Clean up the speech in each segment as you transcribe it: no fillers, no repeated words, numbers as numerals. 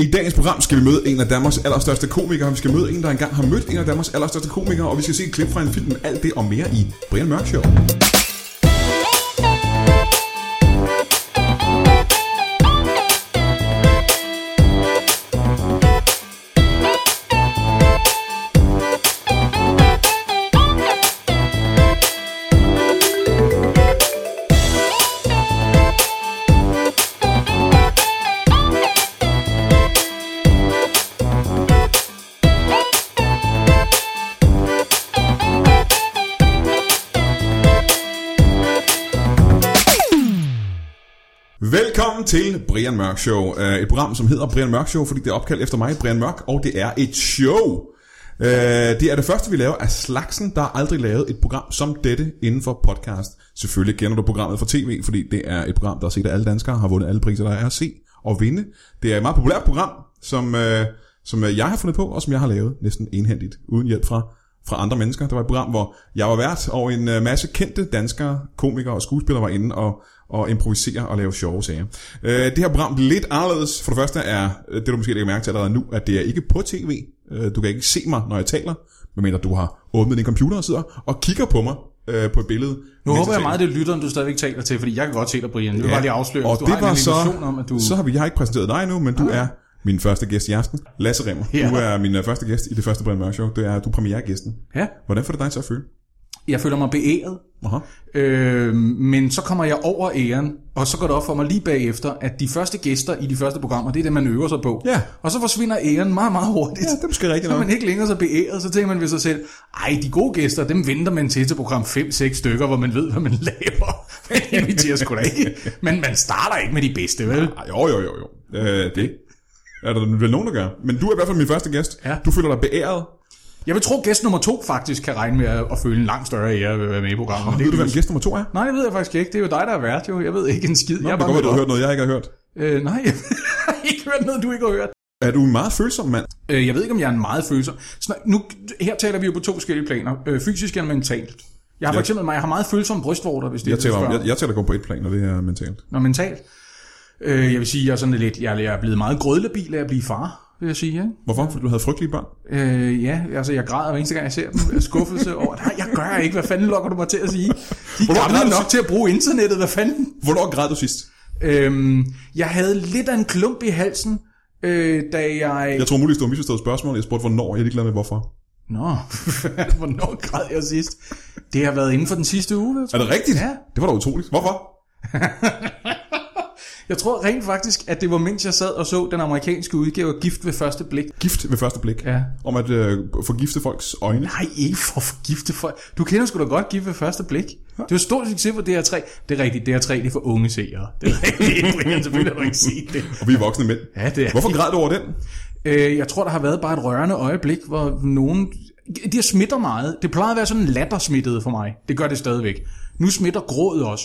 I dagens program skal vi møde en af Danmarks allerstørste komikere. Vi skal møde en, der engang har mødt en af Danmarks allerstørste komikere. Og vi skal se et klip fra en film. Alt det og mere i Brian Mørk Show. Velkommen til Brian Mørk Show. Et program, som hedder Brian Mørk Show, fordi det er opkaldt efter mig, Brian Mørk, og det er et show. Det er det første, vi laver af slagsen. Der er aldrig lavet et program som dette inden for podcast. Selvfølgelig kender du programmet fra tv, fordi det er et program, der er set af alle danskere, har vundet alle priser, der er at se og vinde. Det er et meget populært program, som jeg har fundet på, og som jeg har lavet næsten enhændigt, uden hjælp fra andre mennesker. Det var et program, hvor jeg var vært, og en masse kendte danskere, komikere og skuespillere var inde og improvisere og lave sjove sager. Det her program er lidt anderledes. For det første er det, du måske lægger mærke til allerede nu, at det er ikke på tv. Du kan ikke se mig, når jeg taler, medmindre du har åbnet din computer og sidder og kigger på mig på et billede. Nu håber jeg meget, det er lytteren, du stadigvæk taler til, fordi jeg kan godt se dig, Brian. Nu vil bare lige afsløre, og du det har var en illusion om, at du... Så har jeg ikke præsenteret dig nu, men du er min første gæst i aften, Lasse Rimmer. Ja. Du er min første gæst i det første Brian Mørk Show. Du er premieregæsten. Ja. Hvordan får det dig så at føle? Jeg føler mig beæret. Men så kommer jeg over æren, og så går det op for mig lige bagefter, at de første gæster i de første programmer, det er det, man øver sig på. Ja. Og så forsvinder æren meget, meget hurtigt. Ja, det er måske rigtigt nok. Så er man ikke længere så beæret, så tænker man ved sig selv, de gode gæster, dem venter man til program 5-6 stykker, hvor man ved, hvad man laver. Man inviterer sgu da ikke. Men man starter ikke med de bedste, vel? Jo. Det er der vel nogen, der gør. Men du er i hvert fald min første gæst. Ja. Du føler dig beæret. Jeg vil tro, at gæst nummer 2 faktisk kan regne med at føle en langt større ære ved at være med i programmet. Ved du, hvem gæst nummer 2 er? Nej, det ved jeg faktisk ikke. Det er jo dig, der har været jo. Jeg ved ikke en skid. Nå, det går, du har hørt noget, jeg ikke har hørt. Nej, jeg har ikke hørt noget, du ikke har hørt. Er du en meget følsom mand? Jeg ved ikke, om jeg er en meget følsom. Her taler vi jo på 2 forskellige planer. Fysisk eller mentalt. Jeg har for eksempel jeg har meget følsomme brystvorter, hvis det jeg tæller kun på et plan, og det er mentalt. Nå, mentalt. Jeg vil sige, jeg er sådan lidt, jeg er blevet meget grødlabil af at blive far, vil jeg sige. Ja? Hvorfor? Fordi du havde frygtelige børn? Ja, altså jeg græder hver eneste gang, jeg ser dem. Jeg skuffelse over, nej, jeg gør ikke. Hvad fanden lokker du mig til at sige? De er gamle nok til at bruge internettet. Hvad fanden? Hvornår græd du sidst? Jeg havde lidt af en klump i halsen, da jeg... Jeg tror muligvis, du har misforstået spørgsmålet. Jeg spurgte, hvornår. Jeg er ligeglad med, hvorfor. Nå, hvornår græd jeg sidst? Det har været inden for den sidste uge. Er det rigtigt? Ja. Det var da utroligt. Hvorfor? Jeg tror rent faktisk, at det var mens jeg sad og så den amerikanske udgave af Gift ved første blik. Gift ved første blik? Ja. Om at forgifte folks øjne? Nej, ikke for at forgifte folk. Du kender sgu da godt Gift ved første blik. Ja. Det er jo stor succes for DR3. Det er rigtigt, DR3 det er for unge seere. Det er rigtigt, selvfølgelig har du ikke set det. Og vi er voksne mænd. Ja, det er. Hvorfor græd du over den? Jeg tror, der har været bare et rørende øjeblik, hvor nogen... Det smitter meget. Det plejede at være sådan lattersmittet for mig. Det gør det stadigvæk. Nu smitter grådet også.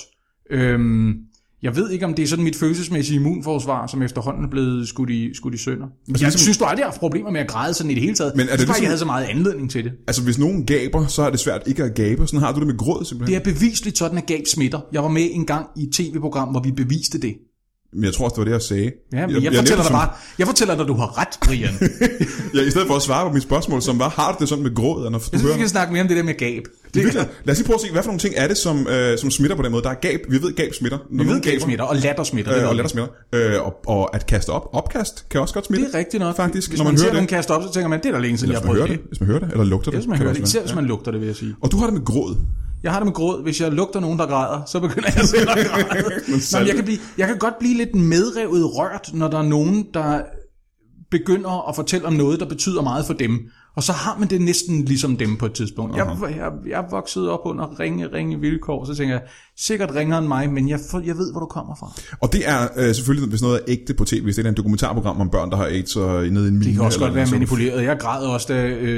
Jeg ved ikke, om det er sådan mit følelsesmæssige immunforsvar, som efterhånden er blevet skudt i sønder. Altså, jeg synes, du aldrig har haft problemer med at græde sådan i det hele taget. Men er det ligesom, jeg havde så meget anledning til det. Altså, hvis nogen gaber, så er det svært ikke at gabe. Sådan har du det med gråd simpelthen. Det er bevisligt sådan, at gab smitter. Jeg var med en gang i et tv-program, hvor vi beviste det. Men jeg tror også, det var det, jeg sagde. Ja, men jeg fortæller dig, du har ret, Brian. I stedet for at svare på mit spørgsmål, som var, har du det sådan med gråd? Jeg synes, vi skal snakke mere om det der med gab. Lad os lige prøve at se, hvad for nogle ting er det, som smitter på den måde. Der er gab. Vi ved, gab smitter. Vi ved, gab smitter, og latter smitter. Og latter smitter. Og at kaste op. Opkast kan også godt smitte. Det er rigtigt nok. Faktisk, hvis man ser nogen kaste op, så tænker man, det er der længe siden, jeg har prøvet det. Hvis man hører det, eller lugter det. Hvis man hører det. Især hvis man lugter det, vil jeg sige. Og du har det med gråd. Jeg har det med gråd. Hvis jeg lugter nogen, der græder, så begynder jeg selv at græde. Jeg kan godt blive lidt medrevet rørt, når der er nogen, der begynder at fortælle om noget, der betyder meget for dem. Og så har man det næsten ligesom dem på et tidspunkt. Jeg er vokset op under ringe vilkår, så tænker jeg, sikkert ringere end mig, men jeg ved, hvor du kommer fra. Og det er selvfølgelig, hvis noget er ægte på tv, hvis det er et dokumentarprogram om børn, der har AIDS og nede i en mine. Det kan også godt være manipuleret. Jeg græd også,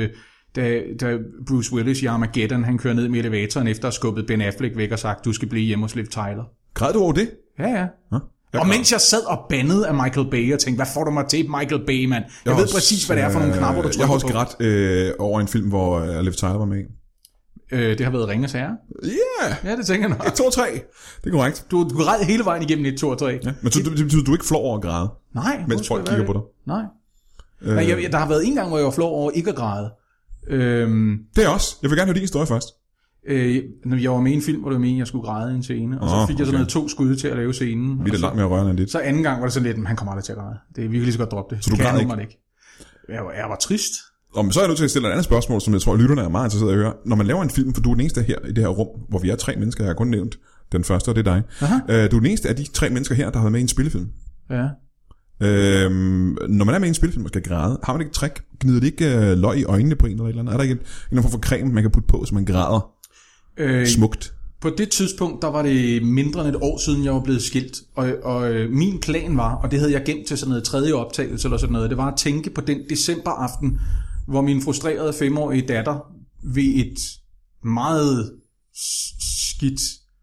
da Bruce Willis i Armageddon, han kører ned med elevatoren efter at have skubbet Ben Affleck væk og sagt, du skal blive hjemme hos Liv Tyler. Græd du over det? Ja. Og mens jeg sad og bandede af Michael Bay og tænkte, hvad får du mig til, Michael Bay, mand? Jeg ved præcis, hvad det er for nogle knapper, du trykker på. Jeg har også grædt over en film, hvor Liv Tyler var med i. Det har været Ringenes Herre? Ja, det tænker jeg nok. 1, 2, 3. Det er korrekt. Du græd hele vejen igennem 1, 2 og 3. Ja, men betyder du ikke flår over at græde? Nej. Mens folk kigger på dig? Nej. Der har været en gang, hvor jeg var flov over ikke at græde. Det er også. Jeg vil gerne høre din historie først. Jeg var med i en film, hvor det var meningen, jeg skulle græde i en scene, og så fik jeg sådan noget 2 skud til at lave scenen. Vi er langt mere rørende end dit. Så anden gang var det sådan lidt, han kommer aldrig til at græde. Det er virkelig så godt droppe det. Så du græd ikke? Jeg var trist. Men så er jeg nødt til at stille et andet spørgsmål, som jeg tror, lytterne er meget interesseret i at høre. Når man laver en film, for du er den eneste her i det her rum, hvor vi er 3 mennesker, jeg har kun nævnt den første, og det er dig. Du er den eneste af de 3 mennesker her, der har været med i en spillefilm. Ja. Når man er med i en spilfilm og skal græde, har man ikke et trick? Gnider det ikke løg i øjnene på en eller andet? Er der ikke en form for creme, man kan putte på, så man græder smukt? På det tidspunkt, der var det mindre end et år siden, jeg var blevet skilt. Og min plan var, og det havde jeg gemt til sådan noget 3. optagelse eller sådan noget, det var at tænke på den decemberaften, hvor min frustrerede 5-årige datter ved et meget skidt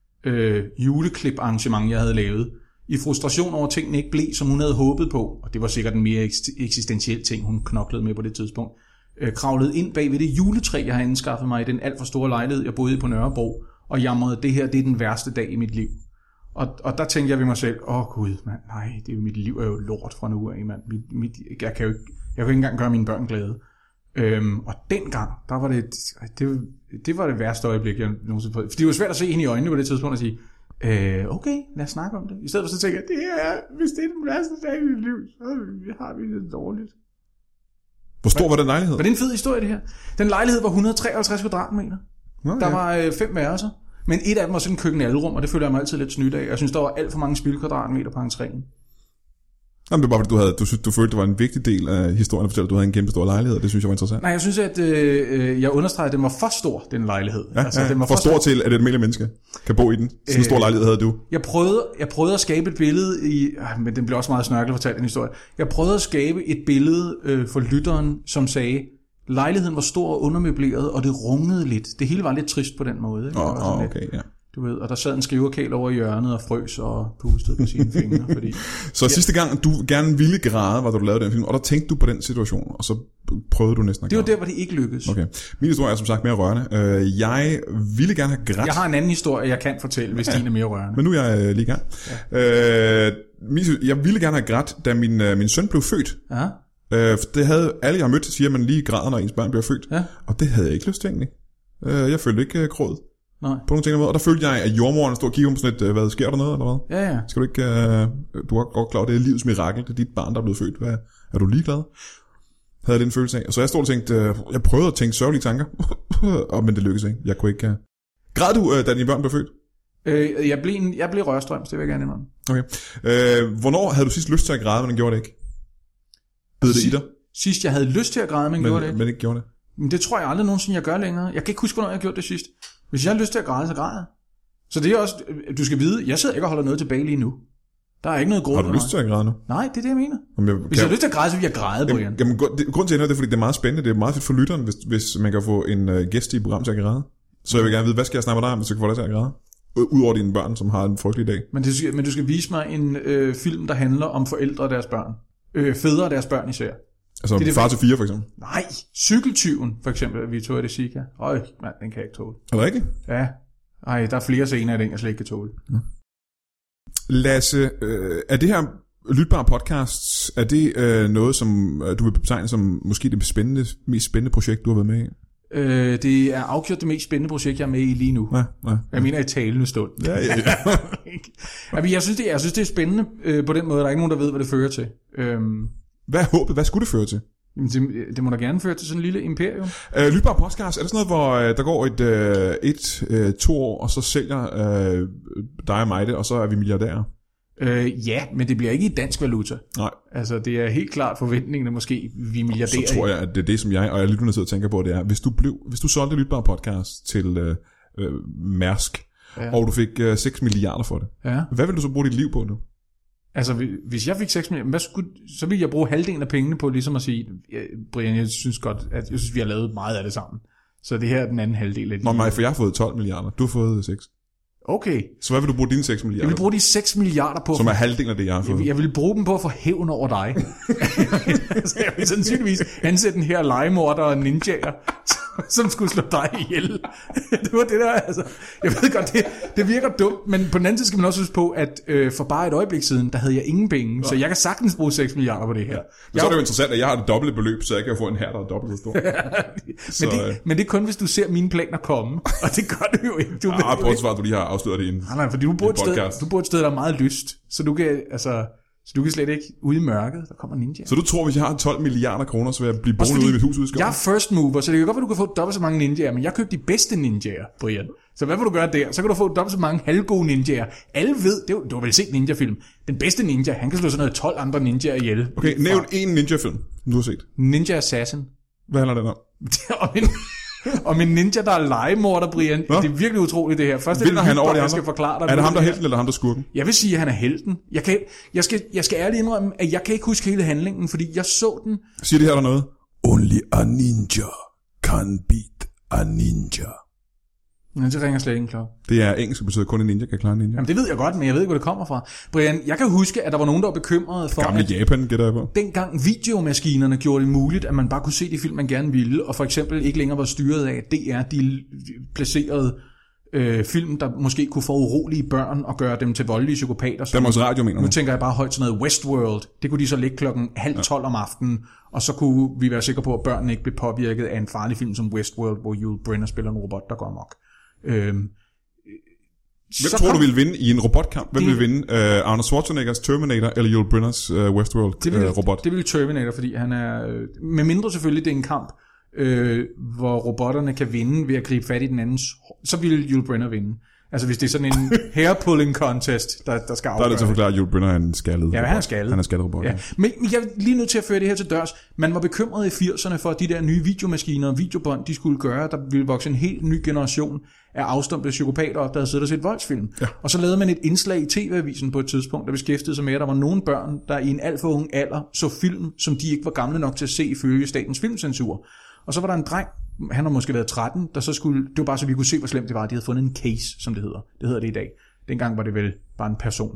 juleklip-arrangement, jeg havde lavet, i frustration over, at tingene ikke blev, som hun havde håbet på, og det var sikkert en mere eksistentiel ting, hun knoklede med på det tidspunkt, kravlede ind bag ved det juletræ, jeg havde anskaffet mig i den alt for store lejlighed, jeg boede i på Nørrebro, og jamrede, det her, det er den værste dag i mit liv. Og der tænkte jeg ved mig selv, gud, mand, nej, det er jo, mit liv er jo lort fra nu af, mand. Jeg kan jo ikke engang gøre mine børn glade. Og dengang, der var det var det værste øjeblik, jeg nogensinde fået. For det var svært at se hende i øjnene på det tidspunkt og sige, okay, lad os snakke om det. I stedet for så tænker jeg, hvis det er den værste dag i mit liv, så har vi det dårligt. Hvor stor var den lejlighed? Var det en fed historie, det her? Den lejlighed var 153 kvadratmeter. Der var 5 værelser. Men et af dem var sådan en køkkenalrum, og det føler jeg mig altid lidt snydt af. Jeg synes, der var alt for mange spildkvadratmeter på entréen. Jamen, det var bare, fordi du følte, det var en vigtig del af historien at fortælle, at du havde en kæmpe stor lejlighed, og det synes jeg var interessant. Nej, jeg synes, at jeg understregede, at den var for stor, den lejlighed. Ja, altså, den var for stor til, at et almindeligt menneske kan bo i den. Sådan en stor lejlighed havde du. Jeg prøvede at skabe et billede i... men den blev også meget snørklet fortalt, den historie. Jeg prøvede at skabe et billede for lytteren, som sagde, lejligheden var stor og undermøbleret, og det rungede lidt. Det hele var lidt trist på den måde. Okay, ja. Du ved, og der sad en skriverkæl over i hjørnet og frøs og pustede på sine fingre. Fordi, sidste gang, du gerne ville græde, var da du lavede den film, og der tænkte du på den situation, og så prøvede du næsten at græde. Det var der, hvor det ikke lykkedes. Okay. Min historie er som sagt mere rørende. Jeg ville gerne have grædt. Jeg har en anden historie, jeg kan fortælle, hvis din er mere rørende. Men nu er jeg lige i gang. Ja. Jeg ville gerne have grædt, da min søn blev født. Ja. Det havde alle, jeg har mødt, siger, at man lige græder, når ens barn bliver født. Ja. Og det havde jeg ikke lyst til egentlig. Jeg følte ikke gråd. Nej. På nogle ting, og der følte jeg, at jordmoren stod og kiggede på sådan et, hvad sker der noget, eller hvad? Ja. Skal du ikke, du er godt klar, det er livets mirakel, det er dit barn, der er blevet født. Er du ligeglad? Havde den følelse af. Og så jeg stod og tænkte, jeg prøvede at tænke sørgelige tanker, men det lykkedes ikke. Jeg kunne ikke. Græd du, da dine børn blev født? Jeg blev rørstrøms, det vil jeg gerne indrømme. Okay. Hvornår havde du sidst lyst til at græde, men den gjorde det ikke? Bed det i dig? Sidst jeg havde lyst til at græde, men gjorde det ikke. Men ikke gjorde det? Men det tror jeg aldrig nogensinde, jeg gør længere. Jeg kan ikke huske, hvornår jeg har gjort det sidst. Hvis jeg har lyst til at græde, så græder jeg. Så det er også, du skal vide, jeg sidder ikke og holder noget tilbage lige nu. Der er ikke noget gråd. Har du lyst til at græde nu? Nej, det er det, jeg mener. Hvis jeg har lyst til at græde, så vil jeg græde, Brian. Jamen, grunden til, at det er, fordi det er meget spændende. Det er meget fedt for lytteren, hvis man kan få en gæst i programmet til at græde. Så jeg vil gerne vide, hvad skal jeg snakke med dig om, hvis jeg kan få dig til at græde? Udover dine børn, som har en frygtelig dag. Men du skal vise mig en film, der handler om forældre og deres børn. Fædre og deres børn især. Altså det Far til 4 for eksempel? Nej, Cykeltyven for eksempel, Victoria De Sica. Mand, den kan jeg ikke tåle. Er det rigtigt? Ja. Ej, der er flere scener af den, jeg slet ikke kan tåle. Ja. Lasse, er det her lytbare podcasts, er det noget, som du vil betegne som måske det mest spændende projekt, du har været med i? Det er afgjort det mest spændende projekt, jeg er med i lige nu. Ja. Jeg mener i talende stund. Ja. Jeg synes, det er spændende på den måde. Der er ikke nogen, der ved, hvad det fører til. Hvad er håbet? Hvad skulle det føre til? Jamen, det må da gerne føre til sådan en lille imperium. Lytbare podcast, er det sådan noget, hvor der går 2 år, og så sælger dig og mig det, og så er vi milliardærer? Ja, men det bliver ikke i dansk valuta. Nej. Altså, det er helt klart forventningen, at måske vi er milliardærer. Så tror jeg, at det er det, som jeg og jeg lytterne sidder og tænker på, det er, hvis du solgte Lytbare podcast til Mærsk, og du fik 6 milliarder for det, hvad vil du så bruge dit liv på nu? Altså, hvis jeg fik 6 milliarder, så ville jeg bruge halvdelen af pengene på ligesom at sige, Brian, jeg synes, vi har lavet meget af det sammen. Så det her er den anden halvdel af det. Nå, nej, for jeg har fået 12 milliarder. Du har fået 6. Okay. Så hvad vil du bruge dine 6 milliarder? Jeg vil bruge de 6 milliarder på... Som er halvdelen af det, jeg har fået. Jeg vil bruge dem på at få hævn over dig. Så jeg vil sandsynligvis ansætte den her legemorder og ninjaer, som skulle slå dig ihjel. Det var det der, altså. Jeg ved godt, det virker dumt, men på den anden side skal man også huske på, at for bare et øjeblik siden, der havde jeg ingen penge, så jeg kan sagtens bruge 6 milliarder på det her. Men så er det jo interessant, at jeg har det dobbelte beløb, så jeg kan få en her, der er dobbelt så stor. men det er kun, hvis du ser mine planer komme, og det gør du jo ikke. Prøv du lige har afsløret det i en nej, fordi du bor et sted, der er meget lyst, så du kan, så du kan slet ikke ude i mørket, der kommer ninja. Så du tror, hvis jeg har 12 milliarder kroner, så vil jeg blive boende ude i mit hus ude i skoven? Jeg er first mover, så det kan godt være, du kan få dobbelt så mange ninjaer, men jeg købte de bedste ninjaer, Brian. Så hvad vil du gøre der? Så kan du få dobbelt så mange halvgode ninjaer. Alle ved, du har vel set ninjafilm. Den bedste ninja, han kan slå sådan noget 12 andre ninjaer ihjel. Okay, nævn en ninjafilm, du har set. Ninja Assassin. Hvad handler den om? om en ninja, der er legemorder, Brian. Nå? Det er virkelig utroligt, det her. Først er det, når jeg skal forklare dig. Er det ham, der er helten, eller ham, der er skurken? Jeg vil sige, at han er helten. Jeg skal ærligt indrømme, at jeg kan ikke huske hele handlingen, fordi jeg så den. Siger det her der noget? Only a ninja can beat a ninja. Ja, det ringer slet ikke en klokke. Det er engelsk, det betyder kun en ninja kan klare en ninja. Jamen det ved jeg godt, men jeg ved ikke, hvor det kommer fra. Brian, jeg kan huske, at der var nogen, der var bekymrede for, gamle Japan, gætter jeg på. Dengang videomaskinerne gjorde det muligt, at man bare kunne se de film, man gerne ville, og for eksempel ikke længere var styret af, at DR de placerede film, der måske kunne få urolige børn og gøre dem til voldelige psykopater. Danmarks Radio, mener du? Nu tænker jeg bare højt til noget Westworld. Det kunne de så lægge 11:30 om aftenen, og så kunne vi være sikre på, at børnene ikke blev påvirket af en farlig film som Westworld, hvor Yul Brynner spiller en robot, der går amok. Hvem tror du vil vinde i en robotkamp? Hvem vil vinde? Arnold Schwarzeneggers Terminator eller Yul Brynners Westworld-robot? Det vil Terminator, fordi han er... Med mindre selvfølgelig, det er en kamp, hvor robotterne kan vinde ved at gribe fat i den andens... Så vil Yul Brynner vinde. Altså hvis det er sådan en hair-pulling contest, der skal afgøre. Der er det til at forklare, at Yul Brynner er en skaldet. Ja, han er skaldet. Han er skaldet robot. Ja. Men jeg er lige nødt til at føre det her til dørs. Man var bekymret i 80'erne for, at de der nye videomaskiner og videobånd, de skulle gøre, der ville vokse en helt ny generation af afstumpede psykopater op, der havde siddet og set voldsfilm. Ja. Og så lavede man et indslag i TV-avisen på et tidspunkt, der beskæftigede sig med, at der var nogle børn, der i en alt for ung alder så film, som de ikke var gamle nok til at se ifølge statens filmcensur. Og så var der en dreng, han har måske været 13, der så skulle, det var bare så vi kunne se, hvor slemt det var. De havde fundet en case, som det hedder. Det hedder det i dag. Dengang var det vel bare en person,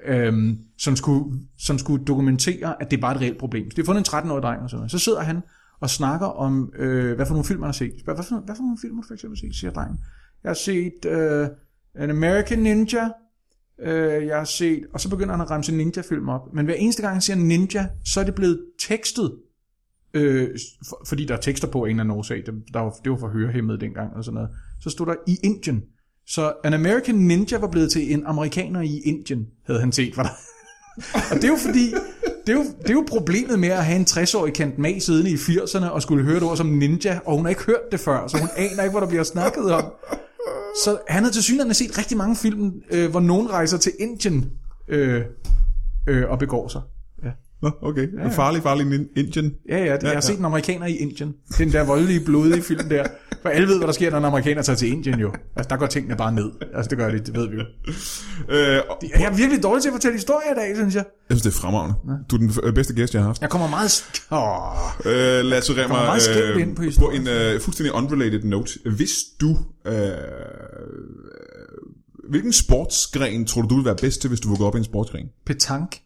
som skulle dokumentere, at det var et reelt problem. Så de har fundet en 13-årig dreng og sådan noget. Så sidder han og snakker om, hvad for nogle film han har set. Hvad for nogle film har du for eksempel set, siger drengen. Jeg har set An American Ninja. Jeg har set, og så begynder han at remse ninja-film op. Men hver eneste gang han siger ninja, så er det blevet tekstet. Fordi der er tekster på en eller anden årsag. Det var for hørehæmmede dengang og sådan noget. Så stod der i Indien. Så An American Ninja var blevet til en amerikaner i Indien, havde han set. Var der. Og det er jo fordi, det er jo problemet med at have en 60-årig kendt mag siddende i 80'erne og skulle høre et ord som ninja, og hun har ikke hørt det før, så hun aner ikke, hvad der bliver snakket om. Så han havde til synligheden set rigtig mange film, hvor nogen rejser til Indien og begår sig. Ja. Nå, okay. Ja. Farlig Indien. Ja, jeg har set en amerikaner i Indien. Den der voldelige, blodige film der. For alle ved, hvad der sker, når en amerikaner tager til Indien jo. Altså, der går tingene bare ned. Altså, det gør det ved vi jo. Jeg er virkelig dårlig til at fortælle historier i dag, synes jeg. Jeg synes, det er fremragende. Ja. Du er den bedste gæst, jeg har haft. Jeg kommer meget... Lad os mig på en fuldstændig unrelated note. Hvis du... hvilken sportsgren tror du ville være bedst til, hvis du vil gå op i en sportsgren? Petanque.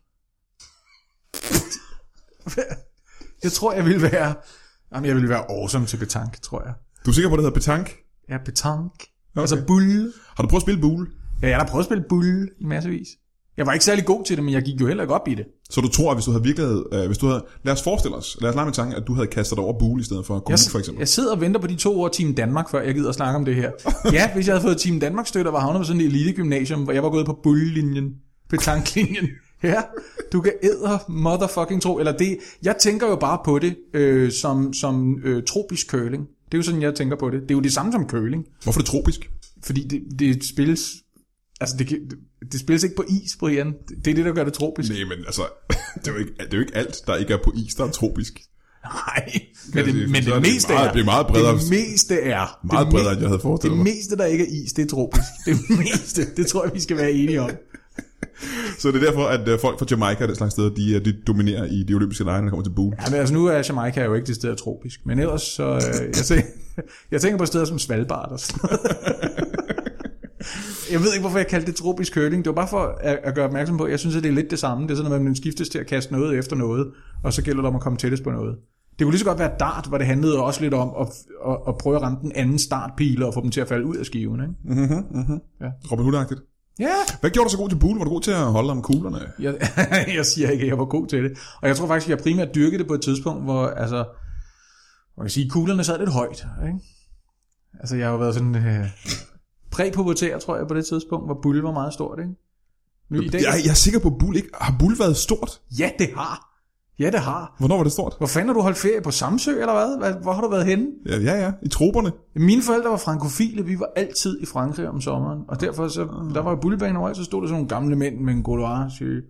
Jeg tror, jeg ville være... Jamen, jeg ville være awesome til petanque, tror jeg. Du er sikker på, det hedder petanque? Ja, petanque. Okay. Altså bulle. Har du prøvet at spille bulle? Ja, jeg har prøvet at spille bulle i massevis. Jeg var ikke særlig god til det, men jeg gik jo heller ikke op i det. Så du tror, at hvis du havde virkelig... lad os forestille os, lad os lege med tanken, at du havde kastet dig over bulle i stedet for komik, for eksempel. Jeg sidder og venter på de 2 år Team Danmark, før jeg gider at snakke om det her. Ja, hvis jeg havde fået Team Danmark støtter, var havnet på sådan en elite-gymnasium, hvor jeg var gået på bullelinjen, petanque-linjen. Ja, du kan motherfucking tro, eller det, jeg tænker jo bare på det som tropisk curling. Det er jo sådan, jeg tænker på det. Det er jo det samme som curling. Hvorfor er det tropisk? Fordi det spilles, altså det spilles ikke på is, Brian. Det er det, der gør det tropisk. Nej, men altså, det er jo ikke alt, der ikke er på is, der er tropisk. Nej, men det meste er. Det er meget bredere. Det meste er. Meget bredere, end jeg havde forestillet mig. Det meste, der ikke er is, det er tropisk. Det meste, det tror jeg, vi skal være enige om. Så det er derfor, at folk fra Jamaica og den slags steder, de dominerer i de olympiske lege, når det kommer til bull. Ja, men altså nu er Jamaica jo ikke det sted tropisk. Men ellers så... jeg tænker på steder som Svalbard og sådan noget. Jeg ved ikke, hvorfor jeg kaldte det tropisk curling. Det var bare for at gøre opmærksom på, jeg synes, at det er lidt det samme. Det er sådan, at man skiftes til at kaste noget efter noget, og så gælder det om at komme tættest på noget. Det kunne lige så godt være dart, hvor det handlede også lidt om at prøve at ramme den anden startpile og få dem til at falde ud af skiven, ikke? Ja. Robin Hood-agtigt. Ja. Hvad gjorde du så god til pool? Var du god til at holde om kuglerne? Jeg siger ikke, at jeg var god til det. Og jeg tror faktisk, at jeg primært dyrkede det på et tidspunkt, hvor altså, man kan sige, kuglerne sad lidt højt, ikke? Altså, jeg har jo været sådan præpubertær, tror jeg, på det tidspunkt, hvor bull var meget stort, ikke? Jeg er sikker på, at bull ikke... Har bull været stort? Ja, det har. Ja, det har. Hvornår var det stort? Hvor fanden har du holdt ferie på Samsø, eller hvad? Hvor har du været henne? Ja, i troperne. Mine forældre var frankofile, vi var altid i Frankrig om sommeren, og derfor så, der var jo bullebane over, så stod der sådan nogle gamle mænd med en gauloise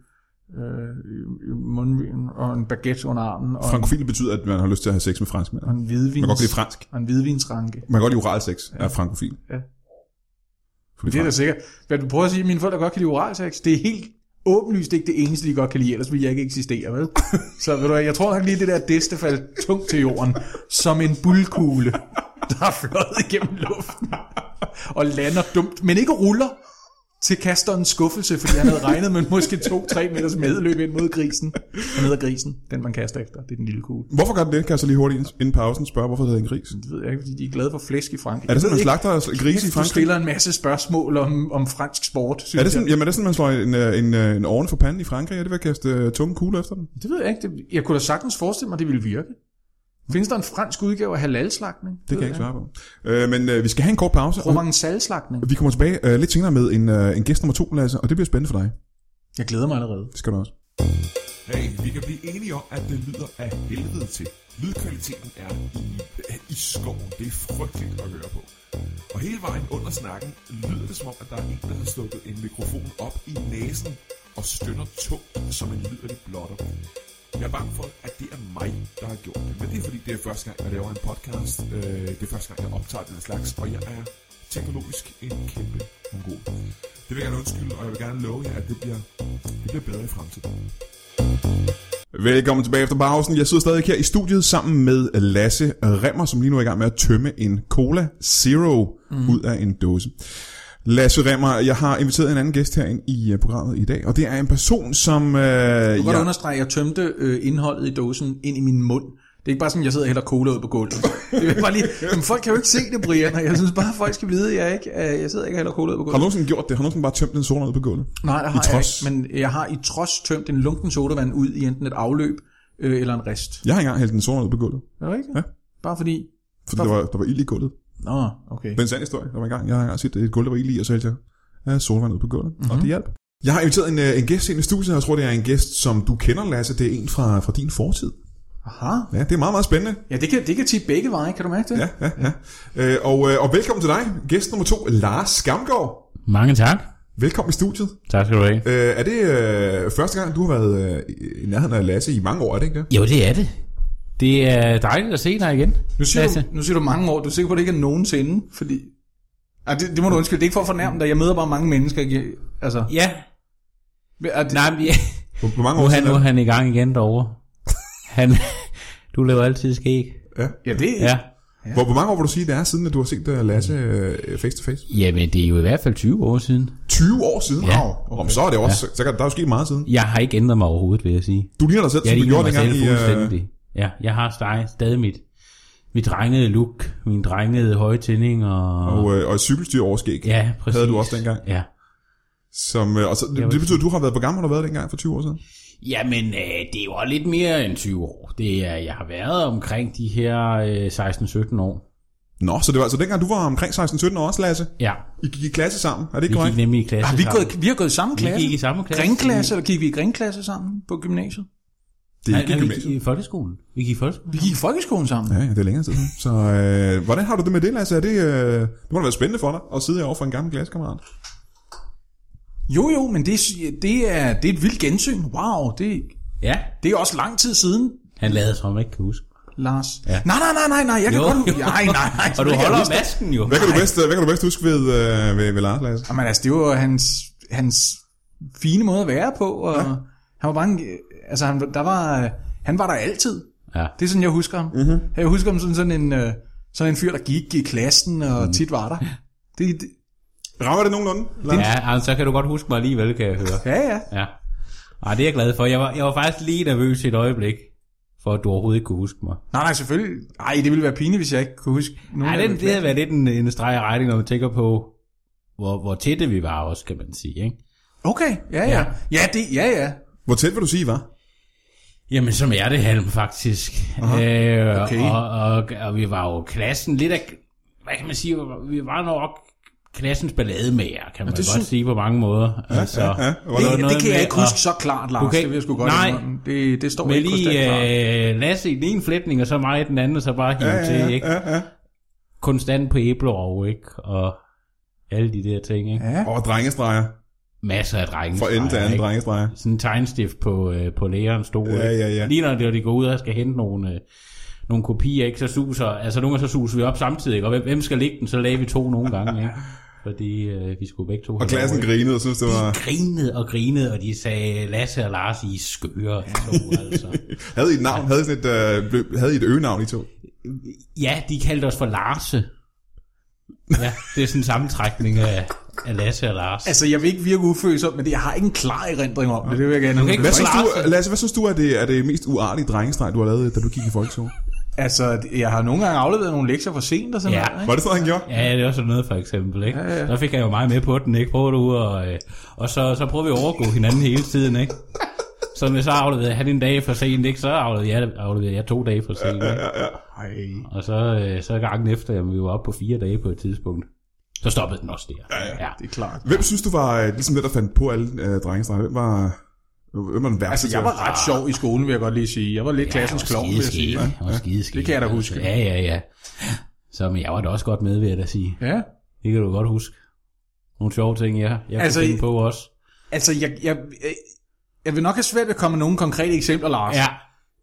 i mundvigen og en baguette under armen. Frankofile betyder, at man har lyst til at have sex med franskmænd. Og en hvidvins, man kan godt lide fransk. Og en hvidvinsranke. Man kan godt lide oral sex af frankofil. Ja. Det er da sikkert. Hvad du prøver at sige, at mine forældre godt kan lide oral sex, det er helt åbenlyst ikke det eneste, de godt kan lide, ellers vil jeg ikke eksistere, vel? Så ved du, jeg tror nok lige, det der det faldt tungt til jorden, som en buldkugle, der er fløjet igennem luften, og lander dumt, men ikke ruller til kasterens skuffelse, fordi han havde regnet med måske 2-3 meters medløb ind mod grisen. Og ned ad grisen, den man kaster efter, det er den lille kugle. Hvorfor gør det? Kan jeg så lige hurtigt inden pausen spørge, hvorfor det hedder en gris? Det ved jeg ikke, fordi de er glade for flæsk i Frankrig. Er det sådan, man slagter grise i Frankrig? Du stiller en masse spørgsmål om fransk sport. Er det sådan, jamen er det sådan, man slår en ovne for panden i Frankrig? Er det ved at kaste tunge kugler efter den? Det ved jeg ikke. Jeg kunne da sagtens forestille mig, at det ville virke. Findes der en fransk udgave af halalslagtning? Det kan jeg ikke svare på. Men vi skal have en kort pause. Provençal-slagtning. Vi kommer tilbage lidt senere med en gæst nummer 2, Lasse, og det bliver spændende for dig. Jeg glæder mig allerede. Det skal du også. Hey, vi kan blive enige om, at det lyder af helvede til. Lydkvaliteten er i skoven. Det er frygteligt at høre på. Og hele vejen under snakken lyder det som om, at der er en, der har stukket en mikrofon op i næsen og stønner tungt som en liderlig blotter. Jeg er bange for, at det er mig, der har gjort det. Men det er fordi, det er første gang, jeg laver en podcast. Det er første gang, jeg optager den slags. Og jeg er teknologisk en kæmpe mongol. Det vil jeg gerne undskylde, og jeg vil gerne love jer, at det bliver bedre i fremtiden. Velkommen tilbage efter pausen. Jeg sidder stadig her i studiet sammen med Lasse Remmer, som lige nu er i gang med at tømme en Cola Zero ud af en dåse. Lasse Remmer, jeg har inviteret en anden gæst herind i programmet i dag, og det er en person, som... Du kan godt understrege, at jeg tømte indholdet i dåsen ind i min mund. Det er ikke bare sådan, at jeg sidder og hælder cola ud på gulvet. Det er bare lige, men folk kan jo ikke se det, Brian, og jeg synes bare, at folk skal vide, at jeg sidder ikke og hælder cola ud på gulvet. Har du nogensinde gjort det? Har du nogensinde bare tømt en soda ud på gulvet? Nej, det har jeg ikke, men jeg har i trods tømt en lunken sodavand ud i enten et afløb eller en rest. Jeg har engang hældt en soda ud på gulvet. Er det rigtigt? Ja. Bare fordi... Fordi der var ild i gulvet. Nå, okay. Det er en sand historie. Der var engang, jeg har engang set et gulv, der var ild i, og så hældte jeg sodavand ud på gulvet, og det hjalp. Jeg har inviteret en gæst ind i studiet, og jeg tror, det er en gæst, som du kender, Lasse. Det er en fra din fortid. Aha. Ja, det er meget, meget spændende. Ja, det kan tippe begge veje, kan du mærke det? Ja. Og velkommen til dig, gæst nummer 2, Lars Skamgaard. Mange tak. Velkommen i studiet. Tak skal du have. Er det første gang, du har været i nærheden af Lasse i mange år, er det ikke det? Jo, det er det. Det er dejligt at se dig igen. Nu siger du mange år. Du er sikker på, at det ikke er nogensinde, fordi... det må du undskylde. Det er ikke for at fornærme dig. Jeg møder bare mange mennesker. Altså... Ja. Nej, men Hvor mange år nu er han i gang igen derovre. Du laver altid skæg. Ja, det ja. Hvor mange år vil du sige, det er siden, at du har set Lasse face to face? Jamen, det er jo i hvert fald 20 år siden. 20 år siden? Ja. Okay. Så er det også, så der er jo sket meget siden. Jeg har ikke ændret mig overhovedet, vil jeg sige. Du ligner dig selv, som du gjorde dengang i... fuldstændig. Ja, jeg har stadig mit drengede look, min drengede høje tænding og cykelstyr overskæg. Ja, præcis. Havde du også dengang? Ja. Det betyder, at du har været på gammel, har du været dengang for 20 år siden? Jamen, det er jo også lidt mere end 20 år. Jeg har været omkring de her 16-17 år. Nå, så det var altså dengang, du var omkring 16-17 år også, Lasse? Ja. I gik i klasse sammen, er det ikke korrekt? Vi gik nemlig i klasse sammen. Vi har gået i samme klasse? Vi gik i samme klasse. Grenklasse, eller gik vi i grenklasse sammen på gymnasiet? Det gik i gymnasiet. Vi gik i folkeskolen. Vi gik i folkeskolen sammen? Ja, det er længere siden. Så hvordan har du det med det, Lasse? Det må da være spændende for dig at sidde over for en gammel klassekammerat. Jo, men det er et vildt gensyn. Wow, det er også lang tid siden. Han lavede, som jeg ikke kan huske. Hans. Ja. Nej, jeg kan godt... Nej. Og du holder masken jo. Hvad kan du bedst huske ved Lars, Lasse? Jamen altså, det var hans fine måde at være på, og han var bare altså han var der altid. Ja. Det er sådan, jeg husker ham. Mm-hmm. Jeg husker ham sådan en fyr, der gik i klassen, og tit var der. Det rammer det nogenlunde? Ja, altså, så kan du godt huske mig alligevel, kan jeg høre. Ja. Ja. Ej, det er jeg glad for. Jeg var faktisk lige nervøs i et øjeblik. for at du overhovedet ikke kunne huske mig. Nej, selvfølgelig. Nej, det ville være pinligt, hvis jeg ikke kunne huske nogen. Nej, det havde været lidt en streg i regning, når man tænker på, hvor tætte vi var også, kan man sige, ikke? Okay, ja. Ja. Hvor tæt vil du sige, var? Jamen, som hjertehalm, faktisk. Okay. Og vi var jo klassen lidt af, hvad kan man sige, vi var nok klassens ballademager, kan man godt sige på mange måder. Altså, det kan jeg ikke huske så klart, Lars. Okay. Det vil jeg sgu godt. Nej. Det står med ikke lige Lasse i den ene flætning, og så mig i den anden, og så bare hive til, ikke? Ja. Konstant på æblerov, ikke? Og alle de der ting, ikke? Ja. Og drengestreger. Masser af drengestreger. For ende til anden drengestreger. Sådan en tegnstift på lærerens stol. Ja. Lige når de går ud og skal hente nogle kopier, ikke? Så suser, altså nogle gange så suser vi op samtidig, ikke? Og hvem skal ligge den? Så lagde vi 2 nogle gange, ikke? Fordi vi skulle begge 2. Og klassen grinede og synes det var... De grinede, og de sagde, Lasse og Lars, I er skøre. Altså. Havde I et navn? Havde I et øgenavn, I to? Ja, de kaldte os for Larse. Ja, det er sådan en sammentrækning af Lasse og Lars. Altså, jeg vil ikke virke ufølsom, men jeg har ikke en klar erindring om det. Det vil jeg gerne. Lasse, hvad synes du er det mest uartige drengestreg, du har lavet, da du gik i folkeskole? Altså, jeg har nogle gange afleveret nogle lektier for sent og sådan noget. Ikke? Var det sådan, han gjorde? Ja, det er også noget for eksempel, ikke? Ja. Så fik jeg jo meget med på den, ikke? Prøver du og så prøver vi at overgå hinanden hele tiden, ikke? Så hvis jeg afleverede han en dag for sent, ikke? Så afleverede jeg 2 dage for sent, ikke? Ja. Og så gangen efter, jamen, vi var oppe på 4 dage på et tidspunkt. Så stoppede den også der. Ja. Det er klart. Hvem synes du var ligesom det, der fandt på alle drengestreger? Hvem var den værste? Altså, jeg var ret sjov i skolen, vil jeg godt lige sige. Jeg var lidt klassens klovn, vil jeg sige. Jeg var skideskæg. Det kan jeg da huske. Ja. Så men jeg var da også godt med, vil jeg da sige. Ja. Det kan du godt huske. Nogle sjove ting, jeg altså, kunne finde på også. Altså, jeg vil nok have svært ved at komme med nogle konkrete eksempler, Lars. Ja.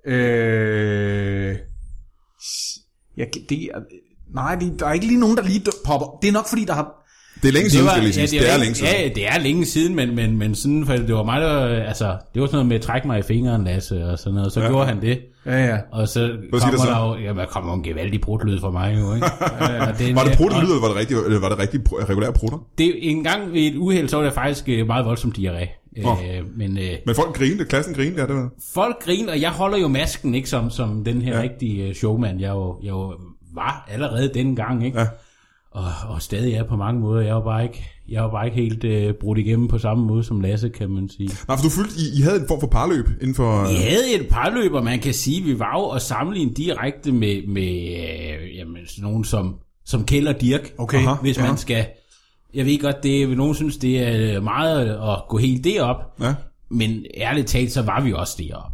Der er ikke lige nogen, der lige popper. Det er nok fordi, der har... Det er længe siden, skal jeg sige. Det er længe siden. Ja, det er længe siden, men sådan, for det var mig, der... Altså, det var sådan noget med at trække mig i fingeren, Lasse, og sådan noget. Så gjorde han det. Ja. Og så kommer en gevaldig brutlyd fra mig jo, ikke? Var det brutlyd, eller var det rigtig regulære brutter? En gang ved et uheld, så var det faktisk meget voldsomt diarré. Men folk grinede, klassen grinede, det var. Folk grinede, og jeg holder jo masken, ikke, som den her rigtige showman, jeg jo var allerede dengang, ikke? Ja. Og stadig er på mange måder. Jeg var bare ikke helt brudt igennem på samme måde som Lasse, kan man sige. Nej, for du følte, I havde en form for parløb inden for... Vi havde et parløb, og man kan sige, vi var jo at sammenligne direkte med nogen som Kjeld og Dirch. Okay. Hvis man skal... Jeg ved godt, nogen synes, det er meget at gå helt derop. Ja. Men ærligt talt, så var vi også derop.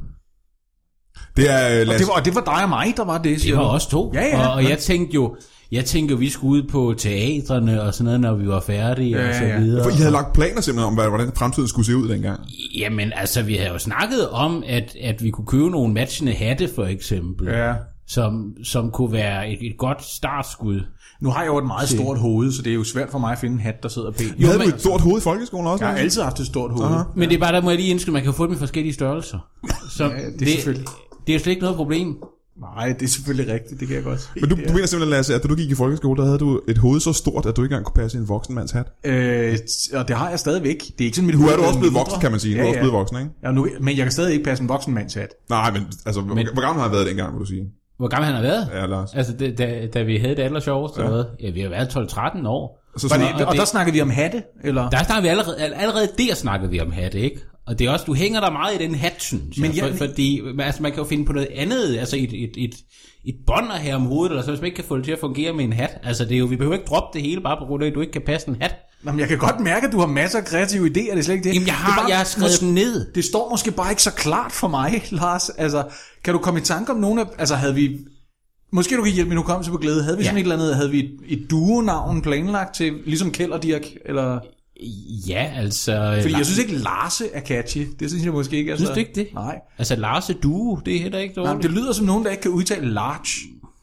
Og det var dig og mig, der var det. Det var os 2. Ja. Og jeg tænkte jo, vi skulle ud på teatrene og sådan noget, når vi var færdige og så videre. For I havde lagt planer simpelthen om, hvordan fremtiden skulle se ud dengang? Jamen, altså, vi havde jo snakket om, at vi kunne købe nogle matchende hatte, for eksempel. Ja. Som kunne være et godt startskud. Nu har jeg jo et meget stort hoved, så det er jo svært for mig at finde en hat, der sidder pænt. Jo, havde du et stort hoved i folkeskolen også? Jeg har altid haft et stort hoved. Aha. Men det er bare, der må jeg lige indskyde, man kan få dem i forskellige størrelser. Så det er selvfølgelig... Det er jo slet ikke noget problem. Nej, det er selvfølgelig rigtigt, det kan jeg godt se. Men du mener simpelthen, Lasse, at da du gik i folkeskole, der havde du et hoved så stort, at du ikke engang kunne passe en voksenmands hat? Og det har jeg stadigvæk. Det er ikke sådan, mit hoved. Nu er du også blevet voksen, kan man sige. Nu er du også blevet voksen, ikke? Ja, men jeg kan stadig ikke passe en voksenmands hat. Nej, men altså, hvor gammel har han været dengang, vil du sige? Hvor gammel han har været? Ja, Lars. Altså, da vi havde det allersjoveste, vi har været 12-13 år. Og der snakkede vi om hatte, eller? Der snakkede vi allerede der snakkede vi om hatte, ikke? Og det er også, du hænger der meget i den hat, synes jeg. Fordi altså, man kan jo finde på noget andet, altså et bånd her om hovedet, eller så hvis man ikke kan få det til at fungere med en hat. Altså, det er jo, vi behøver ikke droppe det hele, bare på grund af, at du ikke kan passe en hat. Jamen, jeg kan godt mærke, at du har masser af kreative idéer, det er slet ikke det. Jamen, jeg har skrevet dem ned. Det står måske bare ikke så klart for mig, Lars. Altså, kan du komme i tanke om nogen af, altså havde vi... Måske du kan hjælpe mig nu komme til på glæde. Havde vi sådan et eller andet, havde vi et duo-navn planlagt til, ligesom Kjeld og Dirch, eller... Ja, altså... Fordi jeg synes ikke, Larse er catchy. Det synes jeg måske ikke. Altså... Synes du ikke det? Nej. Altså, Larse Duo, det er heller ikke dårligt. Nej, det lyder som nogen, der ikke kan udtale large.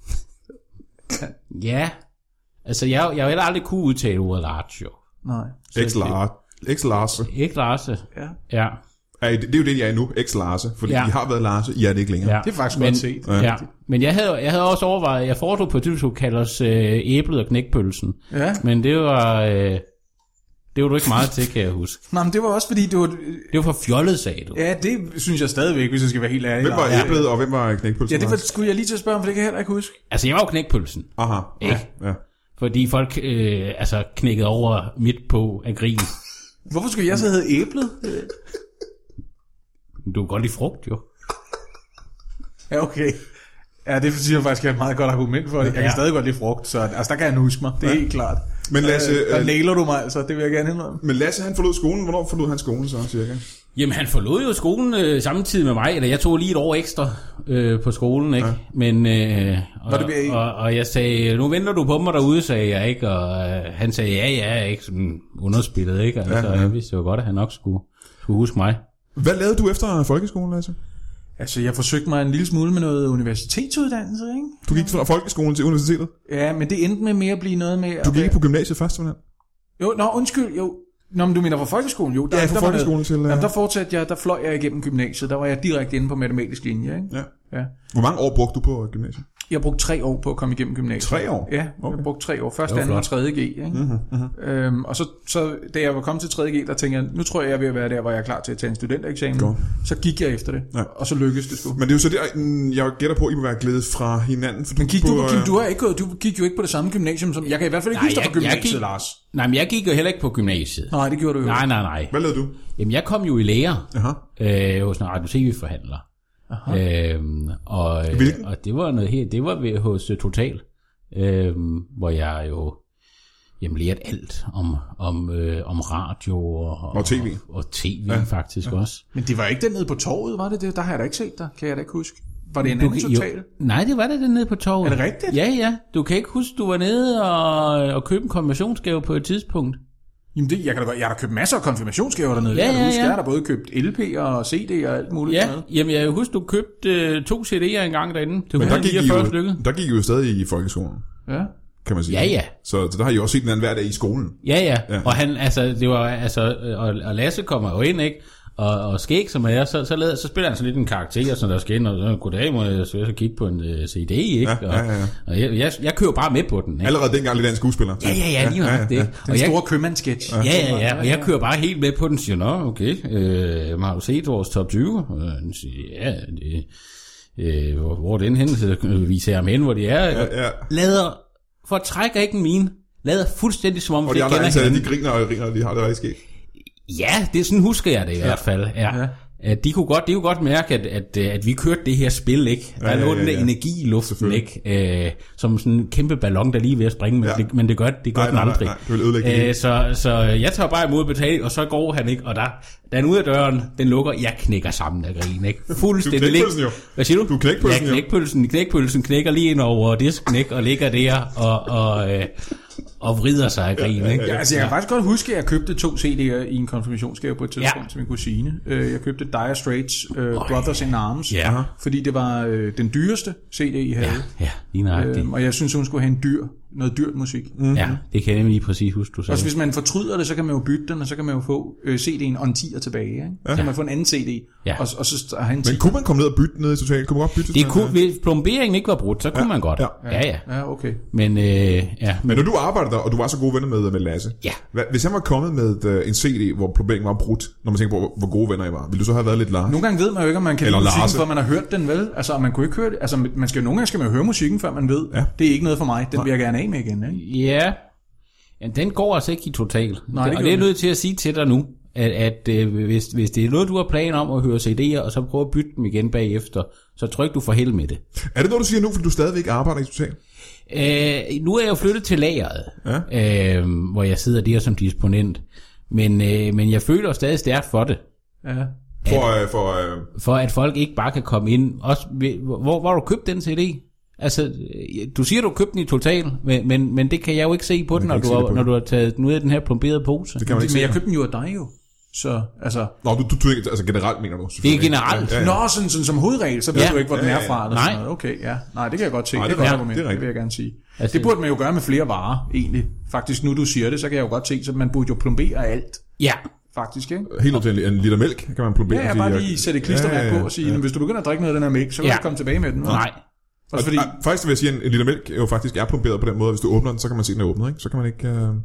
Ja. Altså, jeg har heller aldrig kunne udtale ordet large, jo. Nej. X-Larse. X-Larse. Ja. Det er jo det, jeg er nu, X-Larse. Fordi I har været Larse, I er det ikke længere. Ja. Det er faktisk godt set. Ja. Men jeg havde også overvejet, jeg foretog på et tidspunkt kalde os æblet og knækpølsen. Ja. Men det var... Det var du ikke meget til, kan jeg huske. Nej, men det var også fordi, det var for fjollet, sagde du. Ja, det synes jeg stadigvæk, hvis jeg skal være helt ærlig. Hvem var æblet, og hvem var knækpølsen? Ja, det skulle jeg lige til at spørge om, for det kan jeg heller ikke huske. Altså, jeg var jo knækpølsen. Aha. Ikke? Ja. Fordi folk knækkede over midt på af grin. Hvorfor skulle jeg så hedde æblet? Du kan godt lide frugt, jo. Ja, okay. Ja, det synes jeg faktisk er et meget godt argument for det. Jeg kan stadig godt lide frugt, så altså, der kan jeg huske mig. Det er helt klart. Men Lasse... der nailer du mig, altså. Det vil jeg gerne indrømme. Men Lasse, han forlod skolen. Hvornår forlod han skolen så, cirka? Jamen, han forlod jo skolen samtidig med mig. Eller jeg tog lige et år ekstra på skolen, ikke? Ja. Men... og jeg sagde, nu venter du på mig derude, sagde jeg, ikke? Og han sagde, ja, ikke? Sådan underspillet, ikke? Altså, jeg vidste jo godt, at han nok skulle huske mig. Hvad lavede du efter folkeskolen, Lasse? Altså, jeg forsøgte mig en lille smule med noget universitetsuddannelse, ikke? Du gik fra folkeskolen til universitetet? Ja, men det endte med mere at blive noget med... Du gik ikke på gymnasiet først, hvordan? Jo, undskyld, jo. Nå, men du mener fra folkeskolen, jo. Ja, fra folkeskolen til... Jamen, der fortsatte jeg, der fløj jeg igennem gymnasiet. Der var jeg direkte inde på matematisk linje, ikke? Ja. Hvor mange år brugte du på gymnasiet? Jeg brugte 3 år på at komme igennem gymnasiet. 3 år? Ja, okay. Jeg brugte 3 år. Først, anden og 3. G, ikke? Og så da jeg var kommet til 3. G, der tænkte jeg, nu tror jeg er ved at være der, hvor jeg er klar til at tage en studentereksamen. God. Så gik jeg efter det, og så lykkedes det sgu. Men det er jo så der, jeg gætter på, at I må være glædet fra hinanden. For men du gik jo ikke på det samme gymnasium som... Jeg kan i hvert fald ikke huske dig på gymnasiet, Lars. Nej, men jeg gik jo heller ikke på gymnasiet. Nej, det gjorde du jo. Nej. Hvad lavede du? Jamen, jeg kom jo i lære hos en radio-tv-forhandler. Og det var noget helt, det var hos Total, hvor jeg jo lærte alt om radio og tv og tv faktisk også. Men det var ikke den nede på torvet, var det? Der har jeg da ikke set dig, kan jeg da ikke huske. Var det en anden Total? Nej, det var det nede på torvet. Er det rigtigt? Ja. Du kan ikke huske, du var nede og købte en konfirmationsgave på et tidspunkt. Jamen jeg har købt masser af konfirmationsgaver dernede. Jeg kan huske, jeg har der både købt LP og CD og alt muligt. Ja, jamen jeg husker, du købte 2 CD'er engang derinde. Men der gik I jo stadig i folkeskolen. Ja. Kan man sige. Ja. Så der har I også set den anden hver dag i skolen. Ja. Og han, altså, det var, altså, og Lasse kommer jo ind, ikke? Og Skæg, som er, så spiller han sådan lidt en karakter, sådan der skal ind, og så, goddag, må jeg så kigge på en CD, ikke? Og jeg kører bare med på den, ikke? Allerede dengang lidt af en skuespiller. Ja, lige nok det. Den store købmandsketch. Ja, og jeg kører bare helt med på den, siger, nå, okay, har du set vores top 20? Og han siger, ja, hvor den hen, så viser jeg ham hen, hvor de er. Ja. Lader, for at trække ikke min, lader fuldstændig som om, og de andre ansatte, de griner, de har det rigtig skægt. Ja, det sådan husker jeg det i hvert fald. Ja. De kunne godt mærke, at vi kørte det her spil, ikke? Der lå den der energi i luften, ikke? Som sådan en kæmpe ballon, der lige er ved at springe, men det gør den aldrig. Nej, det vil ødelægge så jeg tager bare imod betaling, og så går han, ikke? Og der er ud af døren, den lukker, jeg knækker sammen af grin, ikke? Fuldstændig. Du knækpølsen jo. Hvad siger du? Du knækpølsen jo. Knækpølsen knækker lige ind over disken, ikke? Og ligger der, og vrider sig af grin, ikke? Ja, altså jeg kan faktisk godt huske, at jeg købte 2 CD'er i en konfirmationsgave på et tidspunkt til min kusine. Jeg købte Dire Straits Brothers in Arms, fordi det var den dyreste CD, I havde. Ja, lige nøjagtigt. Og jeg synes, hun skulle have noget dyrt musik. Ja, det kan jeg nemlig lige præcis huske, du sagde. Også hvis man fortryder det, så kan man jo bytte den, og så kan man jo få CD'en on 10'er tilbage, ikke? Så kan man få en anden CD, og så have en 10'er. Men kunne man komme ned og bytte ned i Total? Kunne man godt bytte det? Hvis plomberingen ikke var brudt, så kunne man godt. Ja, okay. Men når du arbejder der, og du var så gode venner med Lasse, hvis han var kommet med en CD, hvor plomberingen var brudt, når man tænker på, hvor gode venner I var, ville du så have været lidt Lars? Nogle gange ved man jo ikke, om man kan lide musikken, før man har hørt den, vel? Altså, man kunne ikke høre det. Altså, nogle gange skal man jo høre musikken, før man ved. Ja. Det er ikke noget for mig. Den vil jeg gerne af med igen, ikke? Ja, den går altså ikke i Total. Nej, og det er nødt til at sige til dig nu, at hvis det er noget, du har planer om at høre CD'er, og så prøve at bytte dem igen bagefter, så tror ikke, du får held med det. Er det noget, du siger nu, fordi du stadigvæk arbejder i Total? Nu er jeg jo flyttet til lageret, hvor jeg sidder der som disponent. Men jeg føler stadig stærkt for det. Ja. For at folk ikke bare kan komme ind. Også hvor har du købt den CD? Altså, du siger, du har købt den i Total, men det kan jeg jo ikke se på den, når du har taget den ud af den her plomberede pose. Det kan man ikke. Men jeg købte den jo af dig jo. Så, altså... Nå, du altså generelt mener du? Det er generelt. Ja. Nå, sådan som hovedregel, så ved du ikke, hvor den er fra. Eller nej. Sådan okay, ja. Nej, det kan jeg godt se. Nej, det vil jeg gerne sige. Altså, det burde man jo gøre med flere varer, egentlig. Faktisk, nu du siger det, så kan jeg jo godt se, så man burde jo plombere alt. Ja. Faktisk, ikke? Helt op til en liter mælk kan man plombere. Ja, bare lige sætte et klistermærke på og sige, hvis du begynder at drikke noget af den her mælk, så kan du komme tilbage med den. Nej. Også fordi... Faktisk vil jeg sige, at en liter mælk jo faktisk er plomberet på den måde, hvis du åbner den, så kan man se, den er åbnet, ikke? Så kan man ikke... Ja,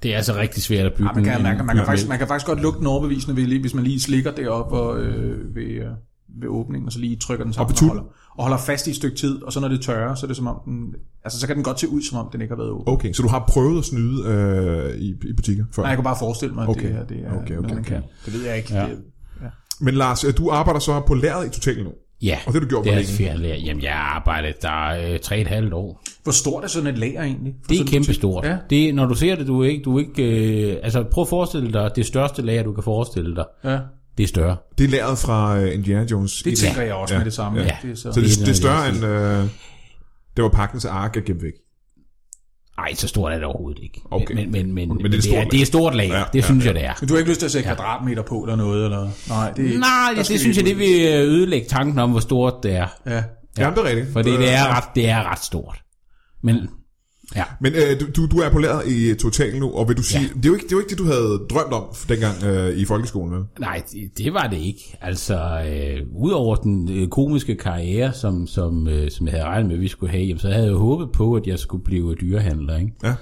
Det er altså rigtig svært at bygge. Man kan faktisk godt lugte den overbevisende, hvis man lige slikker det op og, ved åbningen, og så lige trykker den sammen og holder fast i et stykke tid, og så når det tørrer, så er det som om den, altså så kan den godt se ud, som om den ikke har været åben. Okay, så du har prøvet at snyde i butikker før? Nej, jeg kunne bare forestille mig, at det er okay. man kan. Det ved jeg ikke. Ja. Men Lars, du arbejder så på lageret i Total nu? Ja, og det har du gjort det er længe? svært. Jamen, jeg har arbejdet der 3,5 år. Hvor stort er sådan et lager egentlig? Det er kæmpestort. Ja. Det, når du ser det, du er ikke altså prøv at forestille dig det største lager, du kan forestille dig. Ja. Det er større. Det er lageret fra Indiana Jones. Det tænker jeg også med det samme. Ja. Det er så det er større end det var pakkens ark er gemt væk. Nej, så stort er det overhovedet ikke. Okay. Men det er et stort lager. Ja, det synes jeg, det er. Men du har ikke lyst til at sætte kvadratmeter på eller noget? Eller? Nej, det synes jeg, det vil ødelægge tanken om, hvor stort det er. Ja, jamen, det er rigtigt. Fordi det er ret stort. Men... Ja. Men du er på lageret i Total nu, og vil du sige, det er jo ikke det, du havde drømt om dengang i folkeskolen, vel? Nej, det var det ikke. Altså, udover den komiske karriere, som jeg havde regnet med, at vi skulle have, så havde jeg jo håbet på, at jeg skulle blive dyrehandler, ikke? Ja.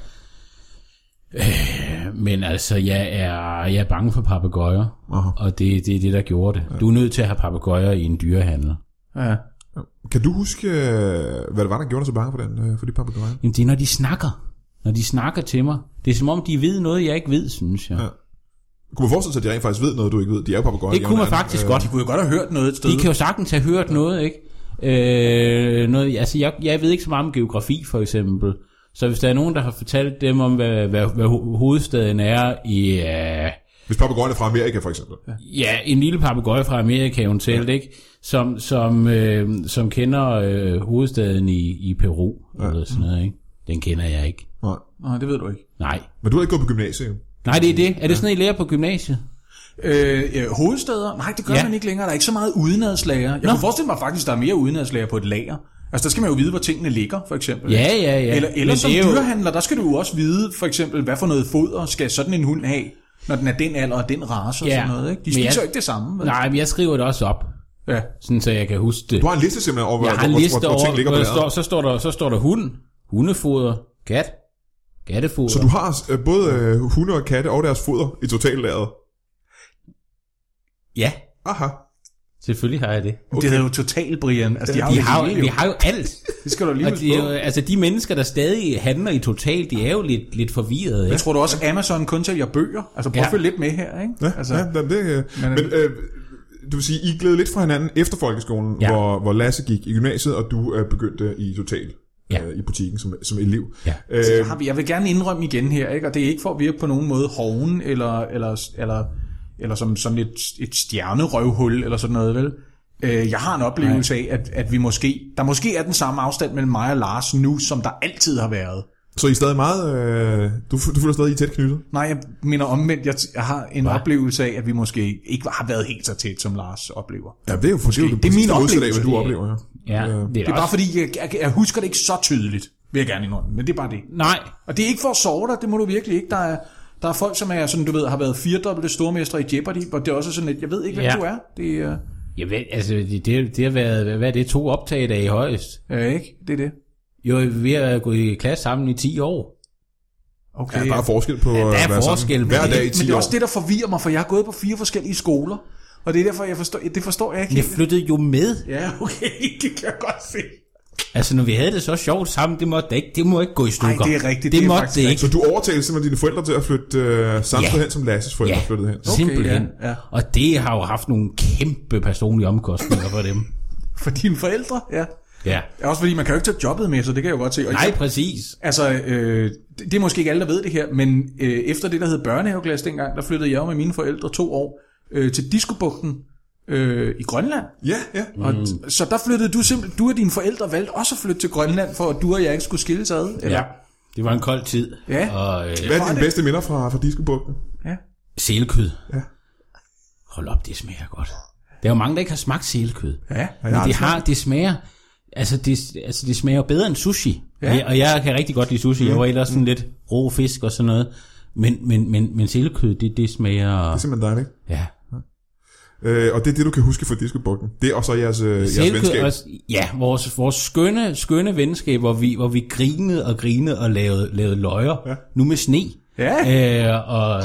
Men altså, jeg er bange for papegøjer, og det er det, der gjorde det. Ja. Du er nødt til at have papegøjer i en dyrehandel. Ja. Kan du huske, hvad det var, der gjorde dig så bange for de papegøjer? Jamen, det er, når de snakker. Når de snakker til mig. Det er som om, de ved noget, jeg ikke ved, synes jeg. Ja. Kunne man forestille sig, at de rent faktisk ved noget, du ikke ved? De er jo papegøjer. Det kunne man faktisk godt. De kunne jo godt have hørt noget et sted. De kan jo sagtens have hørt noget, ikke? Jeg ved ikke så meget om geografi, for eksempel. Så hvis der er nogen, der har fortalt dem om, hvad hovedstaden er i... Hvis papegøjen er fra Amerika, for eksempel. Ja, en lille papegøje fra Amerika, eventuelt, ikke? Som kender hovedstaden i Peru, eller sådan noget, ikke? Den kender jeg ikke. Nej, det ved du ikke. Nej. Men du har ikke gået på gymnasiet, jo? Nej, det er det. Er det sådan, I lærer på gymnasiet? Hovedsteder? Nej, det gør man ikke længere. Der er ikke så meget udenadslærer. Jeg kunne forestille mig faktisk, der er mere udenadslærer på et lager. Altså, der skal man jo vide, hvor tingene ligger, for eksempel. Ja. Eller som dyrehandler, der skal du jo også vide, for eksempel, hvad for noget foder skal sådan en hund have, når den er den alder og den race og sådan noget, ikke? De spiser jo ikke det samme. Vel? Nej, men jeg skriver det også op. Ja. Sådan, så jeg kan huske det. Du har en liste simpelthen over, hvor ting ligger på lageret. Så står der hund, hundefoder, kat, kattefoder. Så du har både hunde og katte og deres foder i totallageret? Ja. Aha. Selvfølgelig har jeg det. Okay. Det hedder jo Total, Brian. Altså, vi har jo alt. Det skal du lige huske på. Altså, de mennesker, der stadig handler i Total, de er jo lidt forvirrede. Jeg tror du også, at Amazon kun sælger bøger? Altså, prøv at følge lidt med her, ikke? Ja, altså, men du vil sige, I glæder lidt fra hinanden efter folkeskolen, hvor Lasse gik i gymnasiet, og du begyndte i Total. I butikken som elev. Ja. Jeg vil gerne indrømme igen her, ikke? Og det er ikke for at virke på nogen måde hoven eller som sådan et stjernerøvhul eller sådan noget, vel? Jeg har en oplevelse af, at der måske er den samme afstand mellem mig og Lars nu, som der altid har været. Så I er stadig meget... Du føler stadig, I er tæt knyttet? Nej, jeg mener omvendt. Jeg har en oplevelse af, at vi måske ikke har været helt så tæt, som Lars oplever. Ja, det er jo det er min oplevelse, hvad du oplever. Ja, det er bare fordi, jeg husker det ikke så tydeligt, vil jeg gerne indrømme, men det er bare det. Nej. Og det er ikke for at sove dig, det må du virkelig ikke. Der er folk, som er sådan, du ved, har været 4-dobbelte stormestre i Jeopardy, og det er også sådan et, jeg ved ikke, hvem du er. Jeg ved, altså, det har været, hvad er det, 2 optag i højst? Ja, ikke? Det er det. Jo, vi har gået i klasse sammen i 10 år. Okay. Der er bare forskel på... der er forskel på hver dag i 10 år. Men det er også det, der forvirrer mig, for jeg har gået på 4 forskellige skoler, og det er derfor, det forstår jeg ikke. Jeg flyttede jo med. Ja, okay, det kan jeg godt se. Altså, når vi havde det så sjovt sammen, det må ikke gå i stykker. Nej, det er rigtigt. Det måtte det ikke. Så du overtalte simpelthen dine forældre til at flytte samme sted hen, som Lasses forældre flyttede hen? Okay, simpelthen. Ja. Og det har jo haft nogle kæmpe personlige omkostninger for dem. For dine forældre? Ja. Ja. Også fordi man kan jo ikke tage jobbet med, så det kan jeg jo godt se. Og nej, præcis. Altså, det er måske ikke alle, der ved det her, men efter det, der hed børnehaveklasse dengang, der flyttede jeg jo med mine forældre 2 år til Diskobugten i Grønland. Ja. Og så der flyttede du simpelthen, du og dine forældre valgte også at flytte til Grønland, for at du og jeg ikke skulle skilles ad. Eller? Ja, det var en kold tid. Ja. Og, hvad er dine bedste minder fra Diskobugten? Ja. Sælkød. Ja. Hold op, det smager godt. Der er jo mange, der ikke har smagt sælkød. Ja. Men det smager... Altså, det smager bedre end sushi. Ja. Og jeg kan rigtig godt lide sushi. Jeg var ellers sådan lidt rå fisk og sådan noget. Men sælkød, det smager... Det er simpelthen dejligt. Ja. Og det er det, du kan huske fra Diskobugten. Det er også jeres venskab. Også, ja, vores skønne venskab, hvor vi grinede og lavede løjer. Ja. Nu med sne. Ja.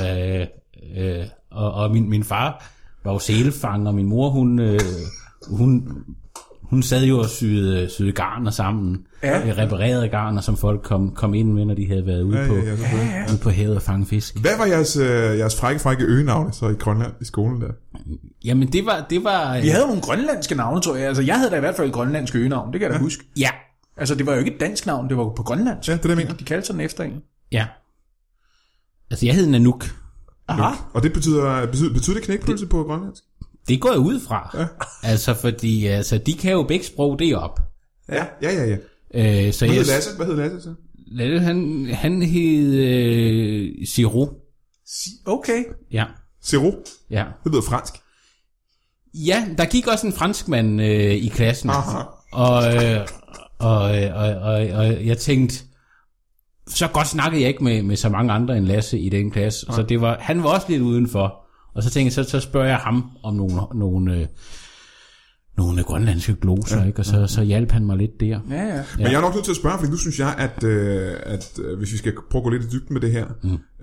Og min far var jo sælfanger, og min mor, hun sad jo og syede garner sammen. Reparerede garner, som folk kom ind med, når de havde været ude på havet og fange fisk. Hvad var jeres frække øgenavne så i Grønland i skolen der? Jamen det var Vi havde nogle grønlandske navne, tror jeg. Altså jeg havde da i hvert fald et grønlandsk øgenavn, det kan jeg da huske. Ja. Altså det var jo ikke et dansk navn, det var på grønlandsk. Ja, det der mener. De kaldte sig den efter en. Ja. Altså jeg hed Nanook. Aha. Og det betyder det knækpølse på grønlandsk? Det går jeg ud fra. Ja. Altså fordi de kan jo begge sprog derop. Ja. Så Hvad hed Lasse så? Lasse, han hed Siro. Okay. Ja. Siro? Ja. Det lyder fransk. Ja, der gik også en franskmand i klassen. Aha. Og jeg tænkte, så godt snakkede jeg ikke med så mange andre end Lasse i den klasse. Ja. Så han var også lidt udenfor. Og så tænkte jeg, så spørger jeg ham om nogle grønlandske gloser, ikke? Og så hjalp han mig lidt der. Ja. Men jeg er nok nødt til at spørge, fordi nu synes jeg, at hvis vi skal prøve at gå lidt i dybden med det her.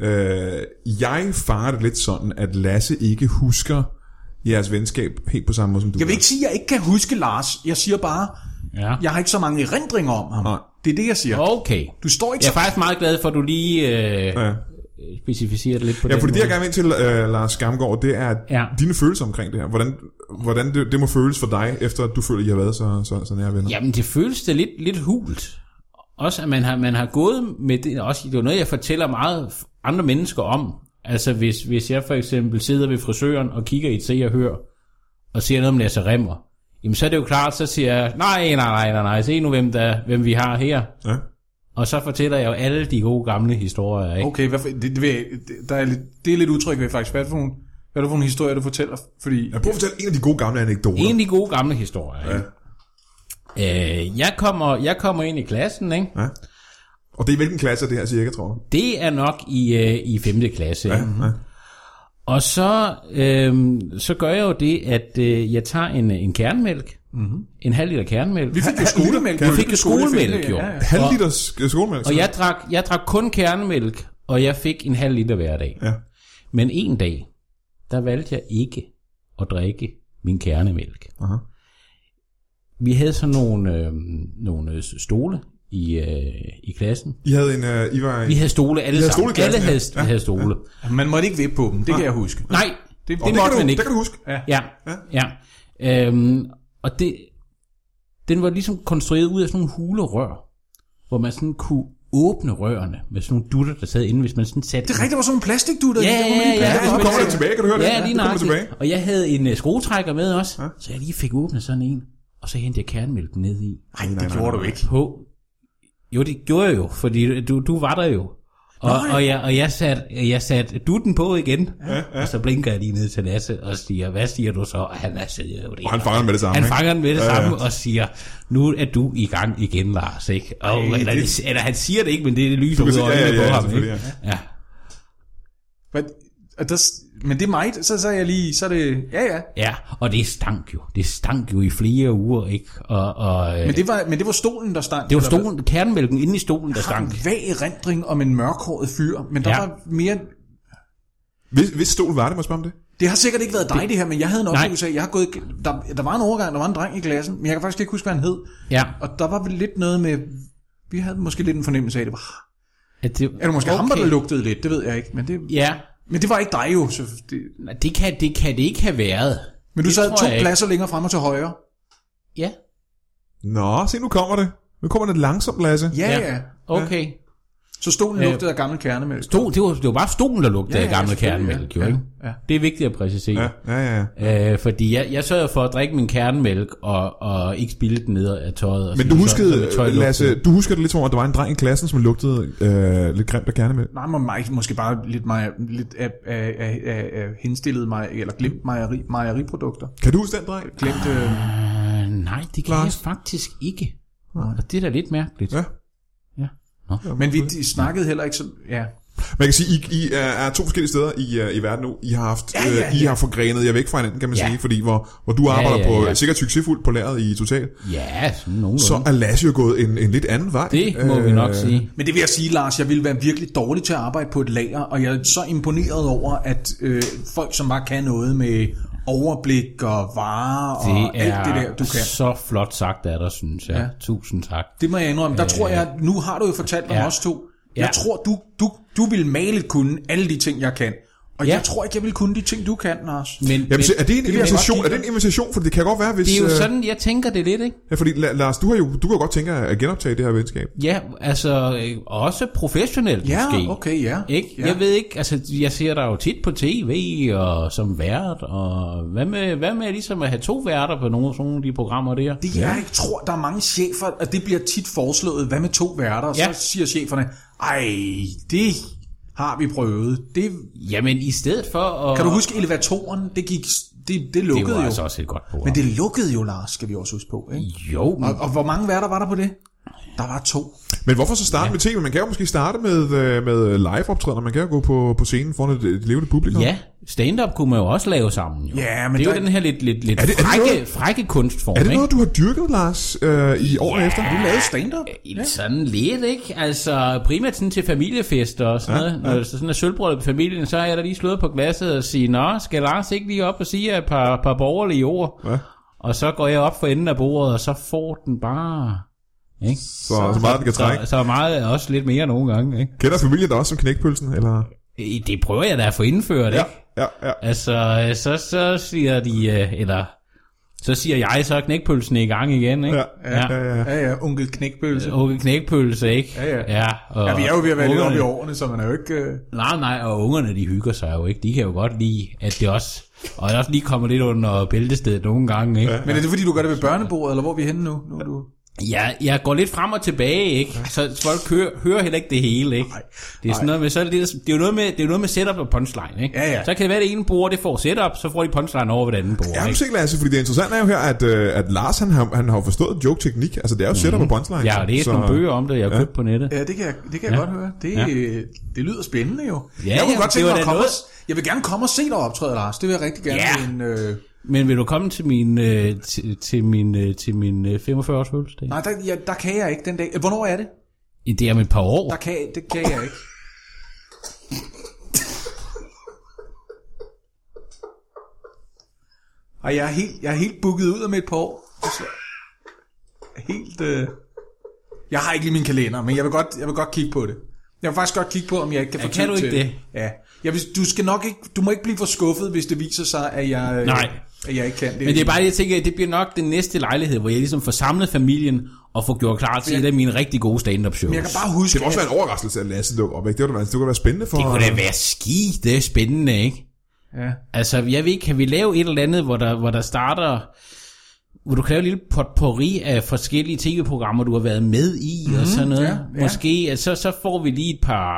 Jeg farer det lidt sådan, at Lasse ikke husker jeres venskab helt på samme måde som du. Jeg vil ikke sige, at jeg ikke kan huske Lars. Jeg siger bare, jeg har ikke så mange erindringer om ham. Det er det, jeg siger. Okay. Du står ikke jeg er faktisk meget glad for, at du lige specificerer det lidt på den fordi måde. det, jeg gerne vil til, Lars Skamgaard, det er dine følelser omkring det her. Hvordan det må føles for dig, efter at du føler, at I har været så nære venner? Jamen, det føles det lidt hult. Også, at man har gået med det. Også, det er noget, jeg fortæller meget andre mennesker om. Altså, hvis jeg for eksempel sidder ved frisøren og kigger i et Se og Hør, og ser noget om Lasse Rimmer, jamen så er det jo klart, så siger jeg, nej, se nu, hvem vi har her. Ja. Og så fortæller jeg jo alle de gode gamle historier, ikke? Okay, det er lidt utryg ved faktisk. Hvad er det for en historie, du fortæller? Fordi jeg prøver at fortælle en af de gode gamle anekdoter. En af de gode gamle historier, ikke? Jeg kommer ind i klassen, ikke? Ja. Og det er hvilken klasse er det her cirka, tror du? Det er nok i 5. klasse. Ja. Og så gør jeg jo det, at jeg tager en kernmælk. En halv liter kernmælk. Vi fik jo skolemælk. Vi fik jo skolemælk, jo. Halv liter skolemælk? Og jeg drak kun kernmælk, og jeg fik en halv liter hver dag. Ja. Men en dag, der valgte jeg ikke at drikke min kernemælk. Aha. Vi havde så nogle stole i klassen. Vi havde stole alle sammen. Alle havde stole. Man måtte ikke vippe på dem, det kan jeg huske. Nej, det måtte man ikke. Det kan du huske. Ja. Og den var ligesom konstrueret ud af sådan nogle hulerør, hvor man sådan kunne åbne rørene med sådan nogle dutter, der sad inde, hvis man sådan satte... Det er rigtigt, der var sådan nogle plastikdutter. Ja. Så kommer det tilbage, kan du høre det? Ja, lige nøjagtigt. Og jeg havde en skruetrækker med også, så jeg lige fik åbnet sådan en, og så hentede jeg kernmælken ned i. Nej, det gjorde du ikke. Jo, det gjorde jeg jo, fordi du var der jo. Og jeg satte dutten på igen, og så blinker jeg lige ned til Lasse og siger, hvad siger du så? Og han siger jo det. Og han fanger den med det samme. Han fanger den med det samme og siger, nu er du i gang igen, Lars, ikke? Eller han siger det ikke, men det lyser ud af øjnene på ham, ikke? Ja. Men det er mig, så er jeg lige, så er det, Ja, og det stank jo i flere uger, ikke? Men det var stolen, der stank? Det var stolen, kernmælken inde i stolen, der stank. Jeg har en vag erindring om en mørkhåret fyr, men der var mere... Hvis stol var det, må jeg spørge om det? Det har sikkert ikke været dig det her, men jeg havde en oplevelse af, der var en overgang, der var en dreng i klassen, men jeg kan faktisk ikke huske, hvad han hed. Ja. Og der var vel lidt noget med, vi havde måske lidt en fornemmelse af, det var... Er det måske ham, der lugtede lidt, det ved jeg ikke, men det... Ja. Men det var ikke dig jo. Så det kan det ikke have været. Men du sad 2 pladser længere frem og til højre. Ja. Nå, se nu kommer det. Nu kommer det langsomt, Lasse. Ja. Okay. Så stolen lugtede af gammel kernemælk. Det var bare stolen, der lugtede af gammel kernemælk, jo, ikke? Ja. Det er vigtigt at præcisere. Ja. Fordi jeg sørger for at drikke min kernemælk og ikke spilde den ned af tøjet. Men du huskede, Lasse, du husker det lidt som om, at der var en dreng i klassen, som lugtede lidt grimt af kernemælk? Nej, måske bare lidt af henstillet eller glemt mejeriprodukter. Kan du huske den dreng? Nej, det kan jeg faktisk ikke. Og det er da lidt mærkeligt. Ja. Men vi snakkede heller ikke så... Ja. Man kan sige, I er to forskellige steder i verden nu. I har haft, I har forgrenet jer væk fra hinanden, kan man sige, fordi hvor du arbejder på sikkert succesfuldt på lageret i Total. Ja, sådan nogenlunde. Så er Lasse jo gået en lidt anden vej. Det må vi nok sige. Men det vil jeg sige, Lars, jeg ville være virkelig dårlig til at arbejde på et lager, og jeg er så imponeret over, at folk, som bare kan noget med overblik og varer og alt det der, du kan. Så flot sagt er der, synes jeg. Ja. Tusind tak. Det må jeg indrømme. Der tror jeg, nu har du jo fortalt om os to. Jeg tror, du vil male kunne alle de ting, jeg kan. Og jeg tror ikke, jeg vil kunne de ting, du kan, Lars. Men er det en invitation? Er det en invitation? For det kan godt være, hvis... Det er jo sådan, jeg tænker det lidt, ikke? Ja, fordi Lars, du kan jo godt tænke at genoptage det her venskab. Ja, altså også professionelt måske. Okay, ja. Ikke? Ja. Jeg ved ikke, altså jeg ser dig jo tit på tv og som vært, og hvad med ligesom at have to værter på nogle af de programmer der? Det jeg ikke tror, der er mange chefer, og det bliver tit foreslået, hvad med to værter? Og så siger cheferne, det har vi prøvet. Jamen i stedet for at... Kan du huske elevatoren? Det lukkede jo. Det var altså også et godt program. Men det lukkede jo, Lars, skal vi også huske på. Ikke? Jo. Men... Og hvor mange værter var der på det? Der var 2. Men hvorfor så starte med tv? Man kan jo måske starte med live-optrædener. Man kan jo gå på scenen foran et levende publikum. Ja, stand-up kunne man jo også lave sammen. Jo. Ja, men det er jo den her lidt frække kunstform. Er det noget, du har dyrket, Lars, i år efter? Har du lavet stand-up? Sådan lidt, ikke? Altså primært sådan til familiefester og sådan noget. Når der sådan er sølvbrød på familien, så er jeg da lige slået på glasset og sige, nå, skal Lars ikke lige op og sige et par borgerlige ord? Ja. Og så går jeg op for enden af bordet, og så får den bare... Ikke? Så meget den kan trække. Så meget også lidt mere nogle gange, ikke? Kender familien da også som knækpølsen, eller? Det prøver jeg da at få indført, ikke? Ja. Altså, så siger de, eller så siger jeg, så er knækpølsen i gang igen, ikke? Ja, onkel knækpølse. Onkel knækpølse, ikke? Ja, vi er jo ved at være lidt oppe i årene, så man er jo ikke... Nej, og ungerne, de hygger sig jo, ikke? De kan jo godt lide, at det også... Og det også lige kommer lidt under bæltestedet nogle gange, ikke? Men er det fordi, du gør det ved børnebordet, eller hvor er vi henne nu? Ja, jeg går lidt frem og tilbage, ikke? Så folk hører heller ikke det hele, ikke? Det er sådan noget med, så er det er jo noget med setup og punchline, ikke? Ja. Så kan det være, det ene bord, det får setup, så får de punchline over ved det andet bord. Ja, ikke? Lasse, fordi det interessante er jo her, at Lars han har forstået joke-teknik. Altså det er jo setup og punchline. Ja, og det er nogle bøger om det, jeg har købt på nettet. Ja, det kan jeg godt høre. Det lyder spændende jo. Ja, jeg kunne godt tænke mig at komme. Jeg vil gerne komme og se dig optræde, Lars. Det vil jeg rigtig gerne. Men vil du komme til min 45-års fødselsdag? Nej, der kan jeg ikke den dag. Hvornår er det? Det er om et par år. Det kan jeg ikke. Og jeg er helt booket ud om et par år. Jeg har ikke lige min kalender, men jeg vil godt kigge på det. Jeg vil faktisk godt kigge på, om jeg ikke kan få tid til... Kan du ikke det? Ja. Du må ikke blive for skuffet, hvis det viser sig, at jeg... Nej. At jeg ikke kan det. Men det er bare, jeg tænker, at det bliver nok den næste lejlighed, hvor jeg ligesom får samlet familien og får gjort klar til et af mine rigtig gode stand-up shows. Men jeg kan bare huske... Det må også være en overraskelse, at Lasse dukker op, ikke? Det kunne være spændende for... Det kunne da være skide spændende, ikke? Ja. Altså, jeg ved ikke, kan vi lave et eller andet, hvor der starter... Hvor du kan lave en lille potpourri af forskellige tv-programmer, du har været med i, og sådan noget. Ja. Måske, så får vi lige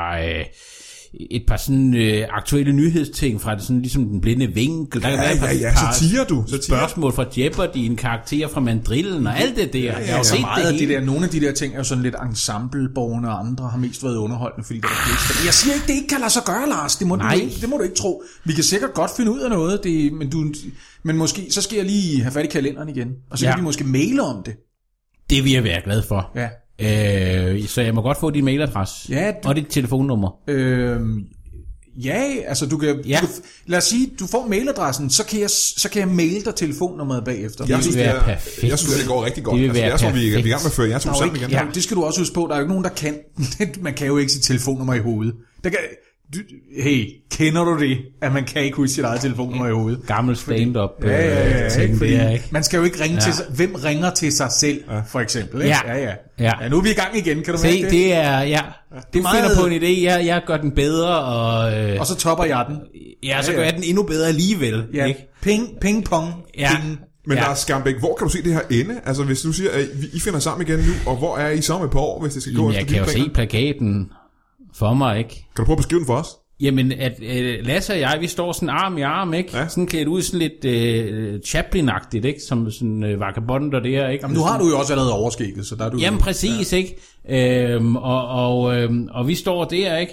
et par sådan aktuelle nyhedsting fra det, sådan ligesom Den Blinde Vinkel. Der kan være et par spørgsmål fra Jeopardy, en karakter fra Mandrillen og alt det der. Jeg har set meget af det der. Nogle af de der ting er jo sådan lidt ensembleborgerne, og andre har mest været underholdende, fordi der var flest. Jeg siger ikke, det ikke kan lade sig gøre, Lars. Det må du ikke tro. Vi kan sikkert godt finde ud af noget, men måske så skal jeg lige have fat i kalenderen igen, og så kan vi måske maile om det. Det vil jeg være glad for. Ja. Så jeg må godt få din mailadresse og dit telefonnummer. Ja, altså du kan lad os sige, du får mailadressen, så kan jeg maile dig telefonnummeret bagefter. Det vil være perfekt. Jeg synes, det går rigtig godt. Jeg tror, vi er i gang med at føre jer to sammen igen. Ja, det skal du også huske på. Der er jo ikke nogen, der kan. Man kan jo ikke sit telefonnummer i hovedet. Hey, kender du det, at man kan ikke huske sit eget telefonnummer i hovedet? Gammel stand-up. Man skal jo ikke ringe til sig. Hvem ringer til sig selv, for eksempel? Ikke? Ja. Nu er vi i gang igen, kan du mærke det? Det er, du finder på en idé, jeg gør den bedre, og så topper jeg den. Ja, så gør jeg den endnu bedre alligevel. Ja. Ikke? Ping-pong. Ja. Men Lars Skambæk, hvor kan du se det her ende? Altså hvis du siger, at I finder sammen igen nu, og hvor er I så med på år, hvis det skal gå efter jeg kan jo se plakaten for mig, ikke? Kan du prøve at beskrive den for os? Jamen, at Lasse og jeg, vi står sådan arm i arm, ikke? Ja. Sådan klædt ud sådan lidt Chaplin-agtigt, ikke? Som sådan vagabonder der, ikke? Jamen, nu har du jo også allerede overskægget, så der er du... Jamen, præcis, ikke? Og vi står der, ikke?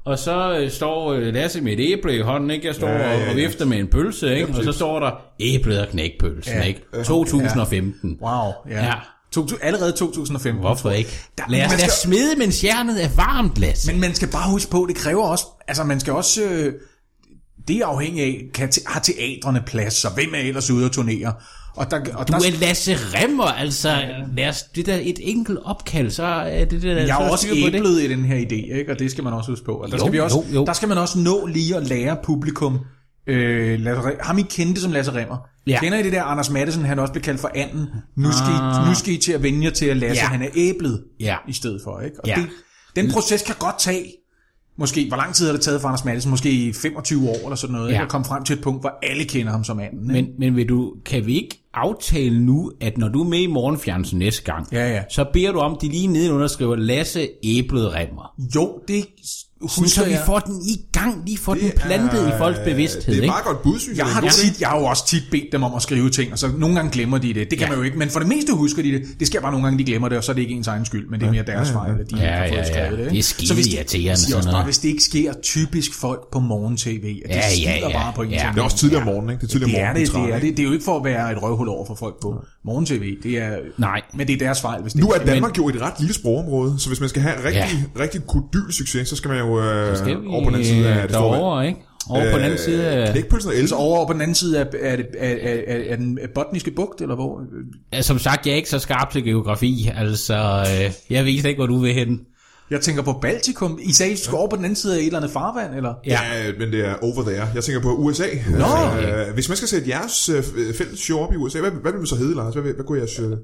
og så står Lasse med et æble i hånden, ikke? Jeg står og vifter med en pølse, ikke? Og så står der æblet og knækpølsen, ikke? 2015. Wow, ja. Allerede 2015. Hvorfor ikke? Lad os smide, mens jernet er varmt, Lasse. Men man skal bare huske på, det kræver også, altså man skal også, det er afhængig af, har teatrene plads, så hvem er ellers ude at turnere? Du er Lasse Remmer, altså. Lad os, det der et enkelt opkald, så er det der. Jeg er også æblet i den her idé, ikke? Og det skal man også huske på. Og der skal man også nå lige at lære publikum. Ham I kendte som Lasse Remmer. Kender I det der Anders Matthesen, han også blev kaldt for anden? Nu skal I til at vende jer til at Lasse, han er æblet i stedet for, ikke? Og den proces kan godt tage, måske, hvor lang tid har det taget for Anders Matthesen? Måske 25 år eller sådan noget, at komme frem til et punkt, hvor alle kender ham som anden. Men kan vi ikke aftale nu, at når du er med i Morgenfjernsen næste gang, så beder du om, de lige nedenunder skriver Lasse Æblet Remmer. Jo, det så vi får den i gang, lige får den plantet i folks bevidsthed. Det er meget godt bud, synes jeg. Jeg har jo også tit bedt dem om at skrive ting, og så nogle gange glemmer de det. Det kan man jo ikke, men for det meste husker de det. Det sker bare nogle gange, de glemmer det, og så er det ikke ens egen skyld, men det er mere deres fejl, at de ikke har fået skrevet det. Det er skide irriterende. Hvis det ikke sker typisk folk på morgen-tv, at det skider bare på en ting. Det er også tidligere om morgenen, ikke? Det er tidligere morgen. Det er jo ikke for at være et røvhul over for folk på morgen-tv. Det er, men det er deres fejl. Hvis det nu er Danmark jo et ret lille sprogområde, så hvis man skal have rigtig kodyl-succes, så skal man jo over på den anden side af det store, ikke? Over på den anden side af... Knækpølsen og Else. Over på den anden side af den botniske bugt, eller hvor? Som sagt, jeg er ikke så skarp til geografi. Altså, jeg ved ikke, hvor du vil hen. Jeg tænker på Baltikum. I sagde, I skulle over på den anden side af et eller andet farvand, eller? Ja, men det er over there. Jeg tænker på USA. Hvis man skal sætte jeres fælles show op i USA, hvad vil man så hedde, Lars? Hvad kunne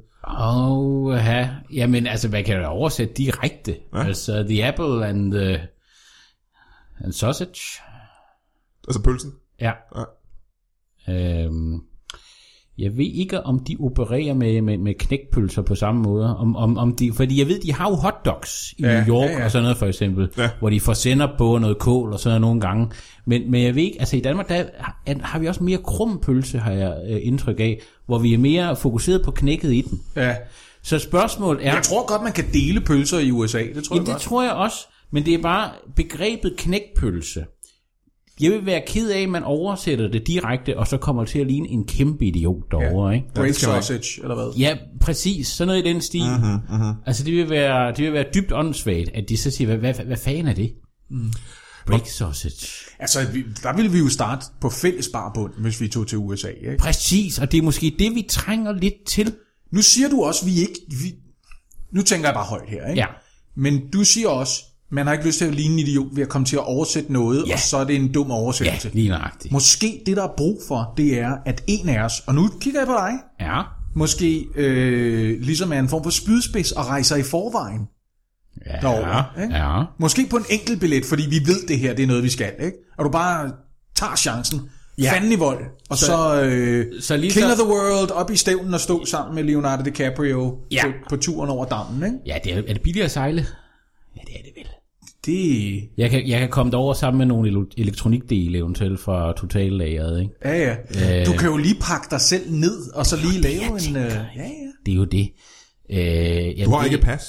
jeg... Jamen, altså, man kan jo oversætte direkte. Altså, the apple and sausage. Altså pølsen? Ja. Jeg ved ikke, om de opererer med knækpølser på samme måde. Om de, fordi jeg ved, de har jo hotdogs i New York og sådan noget for eksempel, hvor de får sender på noget kål og sådan noget nogle gange. Men jeg ved ikke, altså i Danmark, der har vi også mere krumpølse, har jeg indtryk af, hvor vi er mere fokuseret på knækket i den. Ja. Så spørgsmålet er... Jeg tror godt, man kan dele pølser i USA. Det tror jeg godt. Det tror jeg også, men det er bare begrebet knækpølse. Jeg vil være ked af, at man oversætter det direkte, og så kommer det til at ligne en kæmpe idiot derovre, ikke? Break sausage, eller hvad? Ja, præcis. Sådan noget i den stil. Altså, det vil være dybt åndssvagt, at de så siger, hvad fanden er det? Break sausage. Altså, der ville vi jo starte på fælles barbund, hvis vi tog til USA, ikke? Præcis, og det er måske det, vi trænger lidt til. Nu siger du også, nu tænker jeg bare højt her, ikke? Ja. Men du siger også, man har ikke lyst til at ligne en idiot ved at komme til at oversætte noget, og så er det en dum oversættelse. Ja, lige nøjagtigt. Måske det, der er brug for, det er, at en af os, og nu kigger jeg på dig, måske ligesom er en form for spydspids og rejser i forvejen derovre. Ikke? Ja. Måske på en enkelt billet, fordi vi ved det her, det er noget, vi skal. Ikke? Og du bare tager chancen, fanden i vold, og så King of the World op i stævnen og stå sammen med Leonardo DiCaprio på turen over dammen. Ikke? Ja, er det billigere at sejle? Ja, det er det vel. Det... Jeg kan komme derover sammen med nogle elektronikdele eventuelt fra totallageret, ikke? Ja. Du kan jo lige pakke dig selv ned, og så lige lave en... Det er jo det. Du har ikke et pas?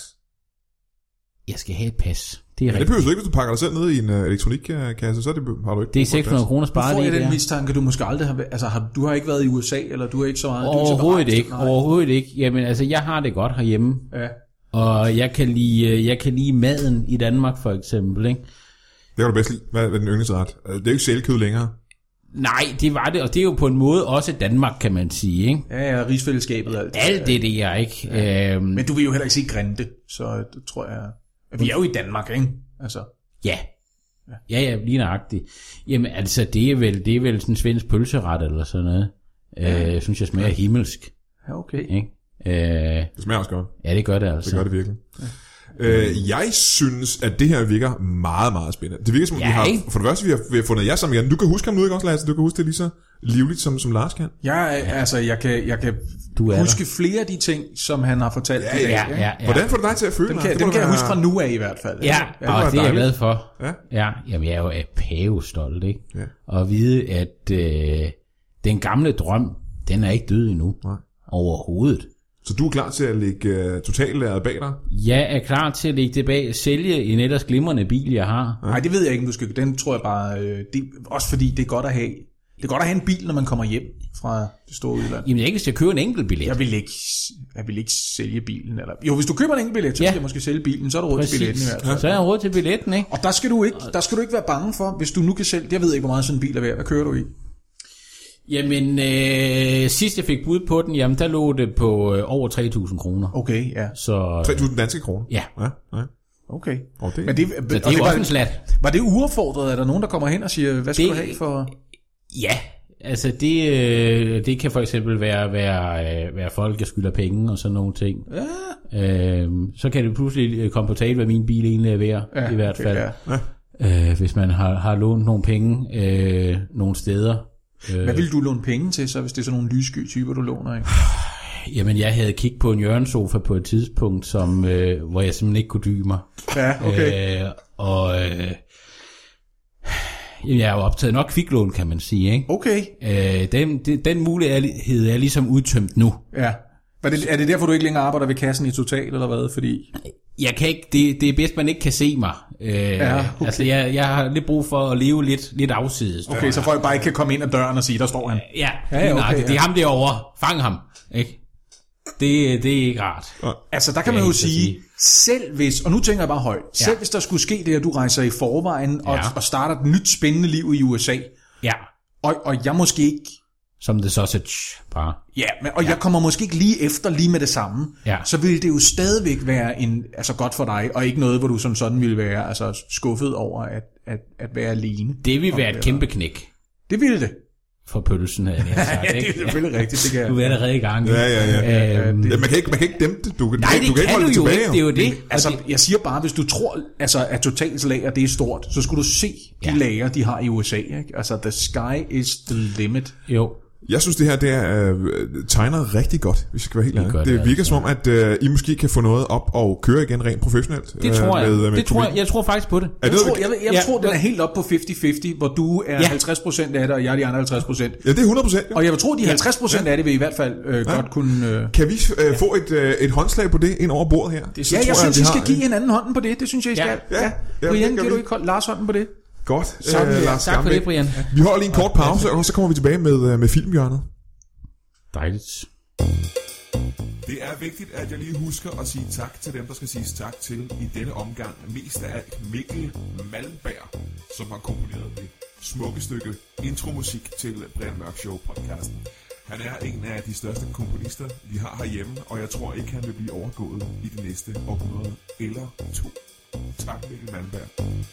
Jeg skal have et pas. Det behøver du ikke, hvis du pakker dig selv ned i en elektronikkasse, så har du ikke. Det er 600 kroner sparet. Du får den mistanke, du måske aldrig har... Altså, du har ikke været i USA, eller du har ikke så meget... Overhovedet ikke. Jamen, altså, jeg har det godt herhjemme. Ja. Og jeg kan lide maden i Danmark, for eksempel, ikke? Det kan du bedst lide. Hvad er den yndlingsret? Det er jo ikke sælkød længere. Nej, det var det, og det er jo på en måde også Danmark, kan man sige, ikke? Ja, rigsfællesskabet og alt. Alt det er ikke. Ja. Men du vil jo heller ikke sige Grinte, så det tror jeg... Vi er jo i Danmark, ikke? Altså. Ja, lige nøjagtigt. Jamen, altså, det er vel sådan en svensk pølseret eller sådan noget. Jeg synes, jeg smager himmelsk. Ja, okay. Ikke? Det smager også godt. Ja, det gør det altså. Det gør det virkelig. Ja. Jeg synes, at det her virker meget, meget spændende. Det virker som, vi har, for det første, vi har fundet jer sammen igen. Du kan huske ham nu, ikke også, Lasse? Du kan huske det lige så livligt, som Lars kan. Altså, jeg kan huske flere af de ting, som han har fortalt i dag. Ja. Hvordan får du dig til at føle? Dem kan jeg huske fra nu af i hvert fald. Ja, og det er jeg glad for. Ja. Jamen, jeg er jo pavestolt, ikke? Ja. Og at vide, at den gamle drøm, den er ikke død endnu. Nej. Overhovedet. Så du er klar til at lægge totallæret bag dig? Jeg er klar til at lægge det bag, sælge en ellers glimrende bil, jeg har. Nej, det ved jeg ikke, om du skal. Den tror jeg bare, også fordi det er godt at have. Det er godt at have en bil, når man kommer hjem fra det store udland. Jamen ikke, hvis jeg køber en enkelt billet. Jeg vil ikke sælge bilen. Eller... Jo, hvis du køber en enkelt billet, så vil jeg måske sælge bilen, så er du råd til billetten i hvert fald. Så er jeg råd til billetten, ikke? Og der skal du ikke være bange for, hvis du nu kan sælge. Jeg ved ikke, hvor meget sådan en bil er værd. Hvad kører du i? Jamen, sidst jeg fik bud på den, jamen der lå det på over 3.000 kroner. Okay, ja. Så 3.000 danske kroner? Ja. Okay. Men det er jo også en slat. Var det uaffordret? Er der nogen, der kommer hen og siger, hvad skal du have for... Ja, altså det kan for eksempel være folk, der skylder penge og sådan nogle ting. Ja. Så kan det pludselig komme på tale, hvad min bil egentlig er værd, i hvert fald. Ja. Hvis man har lånt nogle penge nogle steder. Hvad vil du låne penge til, så hvis det er sådan nogle lyssky typer, du låner, ikke? Jamen, jeg havde kigget på en hjørnesofa på et tidspunkt, hvor jeg simpelthen ikke kunne dybe mig. Ja, okay. Jeg er jo optaget nok kviklån, kan man sige, ikke? Okay. Den mulighed er ligesom udtømt nu. Ja. Er det derfor, du ikke længere arbejder ved kassen i Total, eller hvad? Fordi... Jeg kan ikke, det er bedst, man ikke kan se mig. Okay. Altså, jeg har lidt brug for at leve lidt afsides. Okay, så folk bare ikke kan komme ind ad døren og sige, der står han. Ja, okay, det er ham derovre. Fang ham, ikke? Det er ikke rart. Altså, der kan man jo sige, selv hvis, og nu tænker jeg bare højt, selv hvis der skulle ske det, at du rejser i forvejen og starter et nyt spændende liv i USA, og jeg måske ikke... Som the sausage, bare. Ja, og jeg kommer måske ikke lige med det samme, så ville det jo stadigvæk være godt for dig, og ikke noget, hvor du som sådan ville være skuffet over at være alene. Det ville være et kæmpe knæk. Det ville det. For pølsen, havde jeg sagt. Ja, det er selvfølgelig rigtigt. Det kan du er allerede i gang. Ja. Man kan ikke dæmpe det. Du kan ikke holde det tilbage. Det er jo det. Altså, jeg siger bare, hvis du tror, at Totals lager, det er stort, så skulle du se de lager, de har i USA. Ikke? Altså, the sky is the limit. Jo. Jeg synes, det her tegner rigtig godt, hvis jeg skal være helt ærlig. Det virker som om, at I måske kan få noget op og køre igen rent professionelt. Det tror jeg. Jeg tror faktisk på det. Jeg tror, den er helt op på 50-50, hvor du er 50% af det, og jeg er de andre 50%. Ja, det er 100%. Og jeg vil tro, de 50% af det vil i hvert fald godt kunne... Kan vi få et håndslag på det ind over bordet her? Jeg synes, I skal give hinanden hånden på det. Det synes jeg, I skal. Brian, giver du ikke Lars hånden på det? Godt. Tak for det, Brian. Vi holder lige en kort pause, og så kommer vi tilbage med filmhjørnet. Dejligt. Det er vigtigt, at jeg lige husker at sige tak til dem, der skal siges tak til i denne omgang. Mest af alt Mikkel Malmberg, som har komponeret det smukke stykke intromusik til Brian Mørk Show podcasten. Han er en af de største komponister, vi har herhjemme, og jeg tror ikke, han vil blive overgået i det næste århundrede eller to. Tak, Mikkel Malmberg.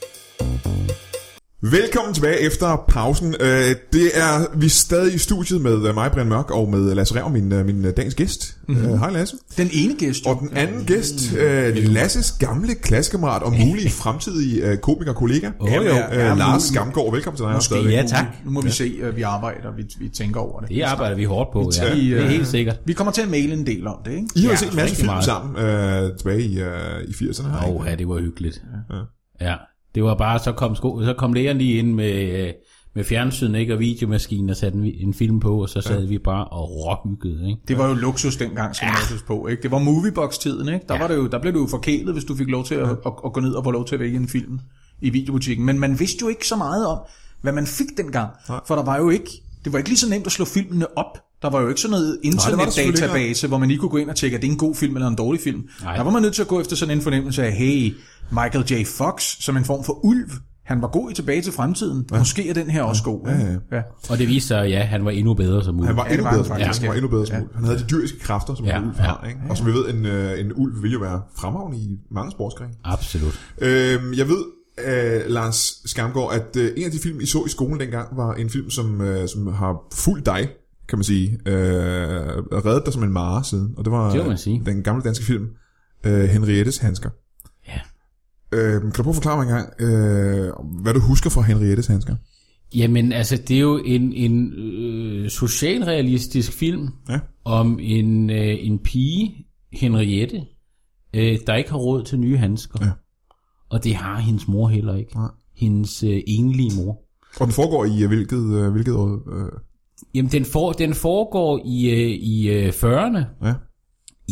Velkommen tilbage efter pausen. Vi er stadig i studiet med mig, Brian Mørk, og med Lasse Rev, min dagens gæst. Hej Lasse. Den ene gæst. Og den anden gæst, Lasses gamle klassekammerat og mulige fremtidige komiker-kollega. Lars Skamgaard. Velkommen til dig. Måske, ja, tak. Nu må vi se, vi arbejder, vi tænker over det. Det arbejder vi hårdt på, ja. Det er helt sikkert. Vi kommer til at maile en del om det, ikke? I har set en masse film sammen tilbage i 80'erne. Ja, det var hyggeligt. Ja. Det var bare, så kom læreren lige ind med fjernsyn, ikke, og videomaskinen og satte en film på, og så sad vi bare og råhyggede, ikke? Det var jo luksus dengang, som luksus på, ikke? Det var Moviebox-tiden, ikke? Der blev du jo forkælet, hvis du fik lov til at gå ned og få lov til at vælge en film i videobutikken. Men man vidste jo ikke så meget om, hvad man fik dengang. For det var ikke lige så nemt at slå filmene op. Der var jo ikke sådan noget internetdatabase, hvor man lige kunne gå ind og tjekke, at det er en god film eller en dårlig film. Nej. Der var man nødt til at gå efter sådan en fornemmelse af, hey, Michael J. Fox, som en form for ulv, han var god i Tilbage til fremtiden. Ja. Måske er den her også god. Ja. Og det viste sig, han var endnu bedre som ulv. Han var endnu bedre som ulv. Han havde de dyriske kræfter, som en ulv har. Ikke? Og som vi ved, en ulv vil jo være fremragende i mange sportsgrene. Absolut. Jeg ved, Lars Skamgaard, at en af de film, I så i skolen dengang, var en film, som har fulgt dig, kan man sige, reddet dig som en mare siden. Og det var den gamle danske film, Henriettes handsker. Ja. Kan du prøve at forklare mig en gang, hvad du husker fra Henriettes handsker? Jamen, altså, det er jo en socialrealistisk film om en pige, Henriette, der ikke har råd til nye handsker. Ja. Og det har hendes mor heller ikke. Ja. Hendes enlige mor. Og den foregår i hvilket år? Jamen, den foregår i 40'erne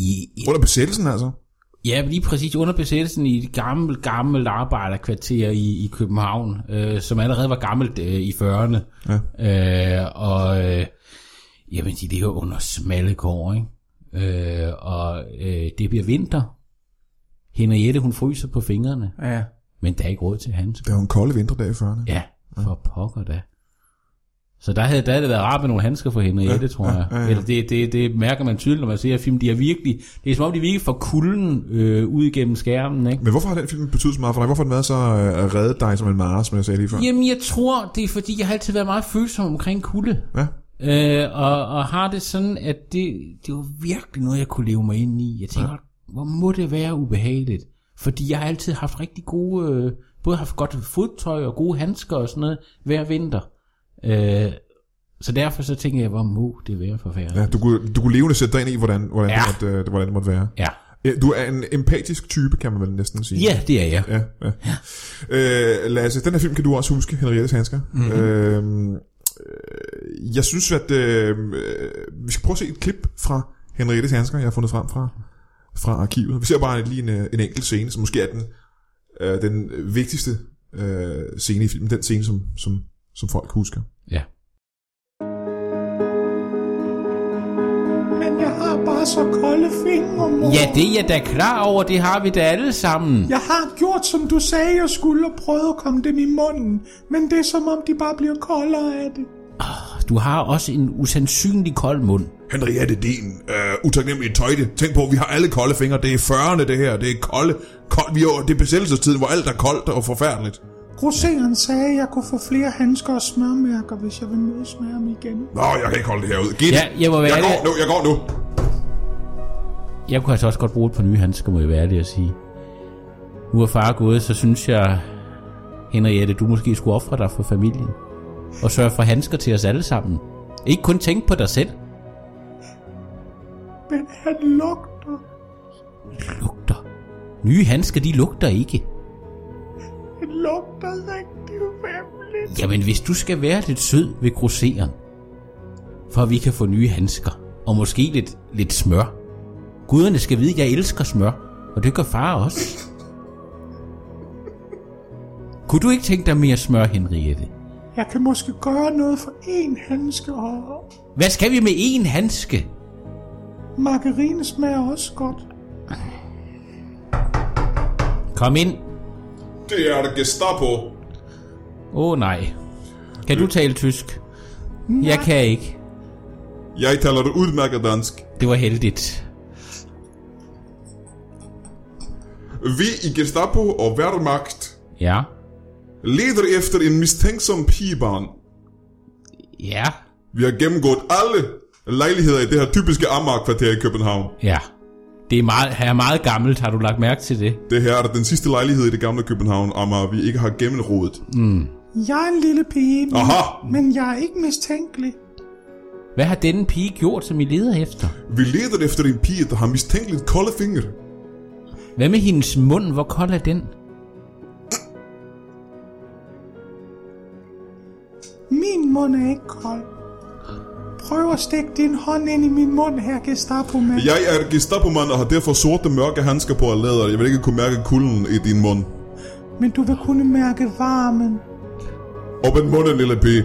Under besættelsen altså? Ja, lige præcis under besættelsen i et gammelt arbejderkvarter i København, som allerede var gammelt i 40'erne. Ja. Jamen, de ligger under smalle kår, ikke? Det bliver vinter. Henriette, hun fryser på fingrene. Ja. Men der er ikke råd til handsker. Det var en kolde vinterdag i 40'erne. Ja, for pokker da. Så der havde det været rart med nogle handsker for Henriette, tror jeg. Ja. Eller det mærker man tydeligt, når man ser film. Det er som om, de virkelig får kulden ud igennem skærmen, ikke? Men hvorfor har den film betydet så meget for dig? Hvorfor har den været så reddet dig som en mare, som jeg sagde lige før? Jamen, jeg tror, det er fordi, jeg har altid været meget følsom omkring kulde. Ja. Og har det sådan, at det var virkelig noget, jeg kunne leve mig ind i. Jeg tænker, hvor må det være ubehageligt? Fordi jeg har altid haft rigtig gode, både haft godt fodtøj og gode handsker og sådan noget hver vinter. Så derfor så tænker jeg, hvor må det være forfærdeligt. Ja, du kunne levende sætte dig ind i, hvordan det måtte være. Ja. Du er en empatisk type, kan man vel næsten sige. Ja, det er jeg. Ja. Lasse, den her film kan du også huske, Henriettes handsker. Mm-hmm. Jeg synes, at vi skal prøve at se et klip fra Henriettes handsker, jeg har fundet frem fra arkivet. Vi ser bare lige en enkelt scene, som måske er den vigtigste scene i filmen. Den scene, som folk husker. Ja. Men jeg har bare så kolde fingre, mor. Ja, det er jeg da klar over. Det har vi da alle sammen. Jeg har gjort, som du sagde, jeg skulle, og prøvet at komme dem i munden. Men det er som om, de bare bliver koldere af det. Du har også en usandsynlig kold mund. Henriette, din utaknemmelige tøjte. Tænk på, vi har alle kolde fingre. Det er 40'erne, det her. Det er koldt. Det er besættelsestiden, hvor alt er koldt og forfærdeligt. Grossereren sagde, at jeg kunne få flere handsker og smørmærker, hvis jeg vil mødes med ham igen. Nå, jeg kan ikke holde det her ud. Giv det. Ja, jeg går nu. Jeg kunne altså også godt bruge et par nye handsker, må jeg være ærlig at sige. Nu er far gået, så synes jeg, Henriette, du måske skulle ofre dig for familien. Og sørge for handsker til os alle sammen. Ikke kun tænke på dig selv. Men han lugter. Lugter? Nye handsker, de lugter ikke. Han lugter rigtig vemmeligt. Jamen, hvis du skal være lidt sød ved grosseren, for at vi kan få nye handsker, og måske lidt smør. Guderne skal vide, at jeg elsker smør, og det gør far også. Kunne du ikke tænke dig mere smør, Henriette? Jeg kan måske gøre noget for en handske. Hvad skal vi med en handske? Margarine smager også godt. Kom ind. Det er der Gestapo. Nej. Kan du tale tysk? Nej. Jeg kan ikke. Jeg taler det udmærket dansk. Det var heldigt. Vi i Gestapo og Wehrmacht leder efter en mistænksom pigebarn. Ja. Vi har gennemgået alle lejligheder i det her typiske Amager-kvarter i København. Ja. Det er meget gammelt, har du lagt mærke til det? Det her er den sidste lejlighed i det gamle København, Amager, vi ikke har gennemrodet. Jeg er en lille pige, Aha. Men jeg er ikke mistænkelig. Hvad har denne pige gjort, som I leder efter? Vi leder efter en pige, der har mistænkeligt kolde fingre. Hvad med hendes mund? Hvor kold er den? Min mund er ikke kold. Prøv at stikke din hånd ind i min mund her, Gestapo-mand. Jeg er Gestapo-mand og har derfor sorte mørke handsker på og læder. Jeg vil ikke kunne mærke kulden i din mund. Men du vil kunne mærke varmen. Åbn munden, lille pige.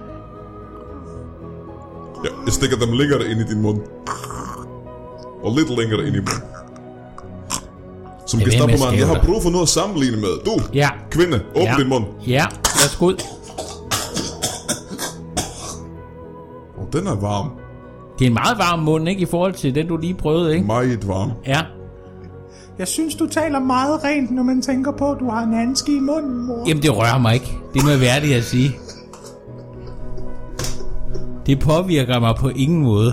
Ja, jeg stikker dem længere ind i din mund. Og lidt længere ind i munden. Som Gestapo-mand, jeg har brug for noget at sammenligne med. Du, kvinde, åbn din mund. Ja, værsgo ud. Den er varm. Det er en meget varm mund, ikke? I forhold til den, du lige prøvede, ikke? Meget varm. Ja. Jeg synes, du taler meget rent, når man tænker på, at du har en handske i munden, mor. Jamen, det rører mig ikke. Det må jeg værdigt at sige. Det påvirker mig på ingen måde.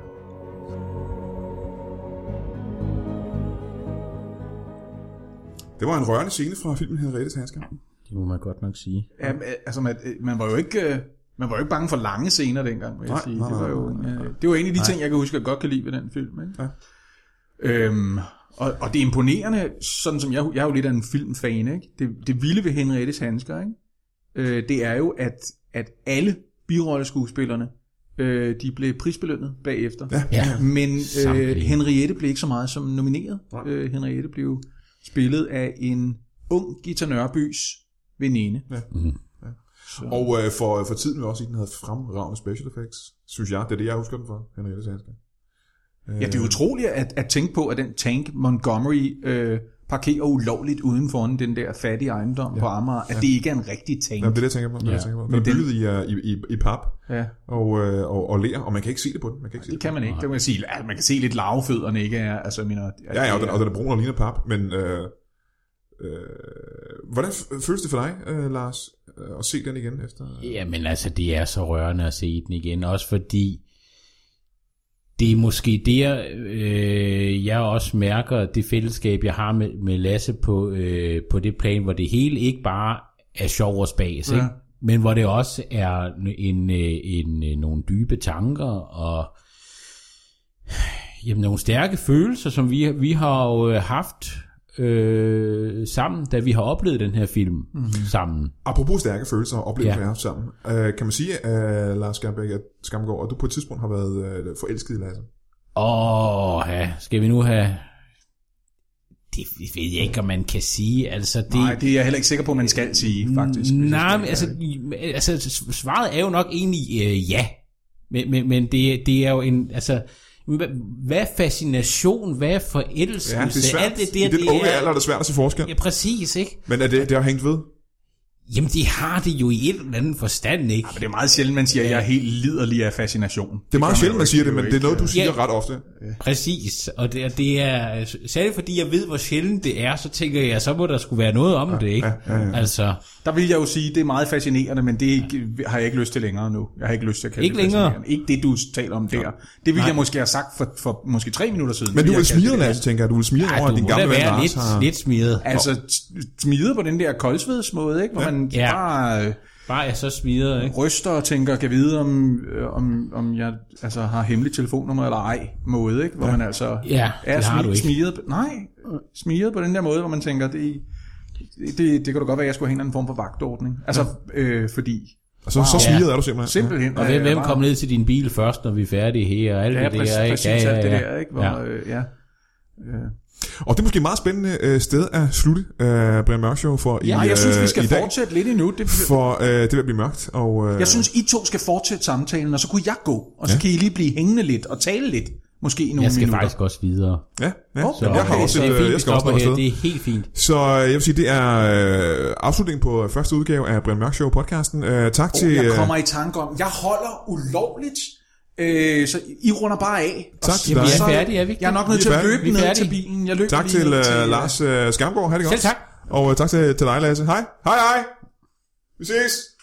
Det var en rørende scene fra filmen Henriettes handsker. Det må man godt nok sige. Ja, altså, man var jo ikke bange for lange scener dengang, vil jeg sige. Det var en af de ting, jeg kan huske, jeg godt kan lide ved den film. Ikke? Ja. Og det er imponerende, sådan som jeg er jo lidt af en filmfan, ikke? Det vilde ved Henriettes handsker, ikke? Det er jo, at alle birolleskuespillerne De blev prisbelønnet bagefter. Ja. Men Henriette blev ikke så meget som nomineret. Henriette blev spillet af en ung Gita Nørbys veninde. Ja. Og for tiden vil jeg også sige, at den havde fremragende special effects, synes jeg. Det er det, jeg husker den for, Henriette Sandsgaard. Ja, det er utroligt at tænke på, at den tank Montgomery parkerer ulovligt uden for den der fattige ejendom på Amager, at det ikke er en rigtig tank. Ja, det er det, jeg tænker på. Den er bygget i pap og ler, og man kan ikke se det på den. Det kan man ikke. Det kan man sige. Man kan se lidt larvefødderne, ikke? Altså, og den er brun og ligner pap, men hvordan føles det for dig, Lars, at se den igen efter? Jamen altså, det er så rørende at se den igen, også fordi det er måske der, jeg også mærker det fællesskab, jeg har med Lasse på det plan, hvor det hele ikke bare er sjov og spas, ikke? Men hvor det også er nogle dybe tanker og nogle stærke følelser, som vi har jo haft sammen, da vi har oplevet den her film sammen. Apropos stærke følelser og oplevelser, vi har haft sammen, kan man sige, Lars Skamgaard, at du på et tidspunkt har været forelsket i Lasse? Skal vi nu have... Det ved jeg ikke, om man kan sige. Altså, Nej, det er jeg heller ikke sikker på, man skal sige, faktisk. Nej, men altså, svaret er jo nok egentlig ja. Men det er jo en... Altså, hvad er fascination? Hvad er forelskelse? Ja, det er svært. Alt det der, i den unge alder er det svært at se forskel. Ja, præcis, ikke? Men er det har hængt ved? Jamen, det har det jo i et eller andet forstand, ikke? Ja, men det er meget sjældent, man siger, at jeg er helt liderlig af fascination. Det er meget sjældent, man siger det, men det er noget, du siger ret ofte. Præcis, og det er særligt fordi jeg ved, hvor sjældent det er, så tænker jeg, så må der skulle være noget om det, ikke? Altså, der vil jeg jo sige, det er meget fascinerende, men det har jeg ikke lyst til længere nu. Jeg har ikke lyst til at kalde det fascinerende. Ikke det, du taler om der. Det ville jeg måske have sagt for måske 3 minutter siden. Men du vil smide, Lasse, tænker jeg. Du vil smide over, at din gamle ven Lars har... lidt smidet. Altså, smide på den der koldsvedsmåde, ikke? Hvor man bare er så smider, ikke? Ryster og tænker, kan vide om jeg altså har hemmelig telefonnummer eller ej måde, ikke? Hvor man altså smiret på den der måde, hvor man tænker, det kan da godt være, at jeg skulle have en form for vagtordning. Altså, fordi... Så smiret er du simpelthen. Og hvem kom ned til din bil først, når vi er færdige her, og alt det der, ikke? Præcis alt det der, ikke? Hvor, Og det er måske et meget spændende sted at slutte Brian Mørk Show for i dag. Jeg synes, vi skal fortsætte lidt endnu. For det vil blive mørkt. Og, jeg synes, I to skal fortsætte samtalen, og så kunne jeg gå. Og så kan I lige blive hængende lidt og tale lidt. Måske i nogle minutter. Jeg skal faktisk også videre. Ja. Så, jeg har også jeg skal også her. Det er helt fint. Så jeg vil sige, det er afslutningen på første udgave af Brian Mørk Show podcasten. Tak til... Jeg kommer i tanke om, jeg holder ulovligt. Så I runder bare af. Tak til dig. Vi er færdige, er vi ikke? Jeg er nok nødt til at løbe ned til bilen. Jeg løber tak til Lars Skamgaard. Ha' det godt. Selv tak. Og tak til dig, Lasse. Hej. Vi ses.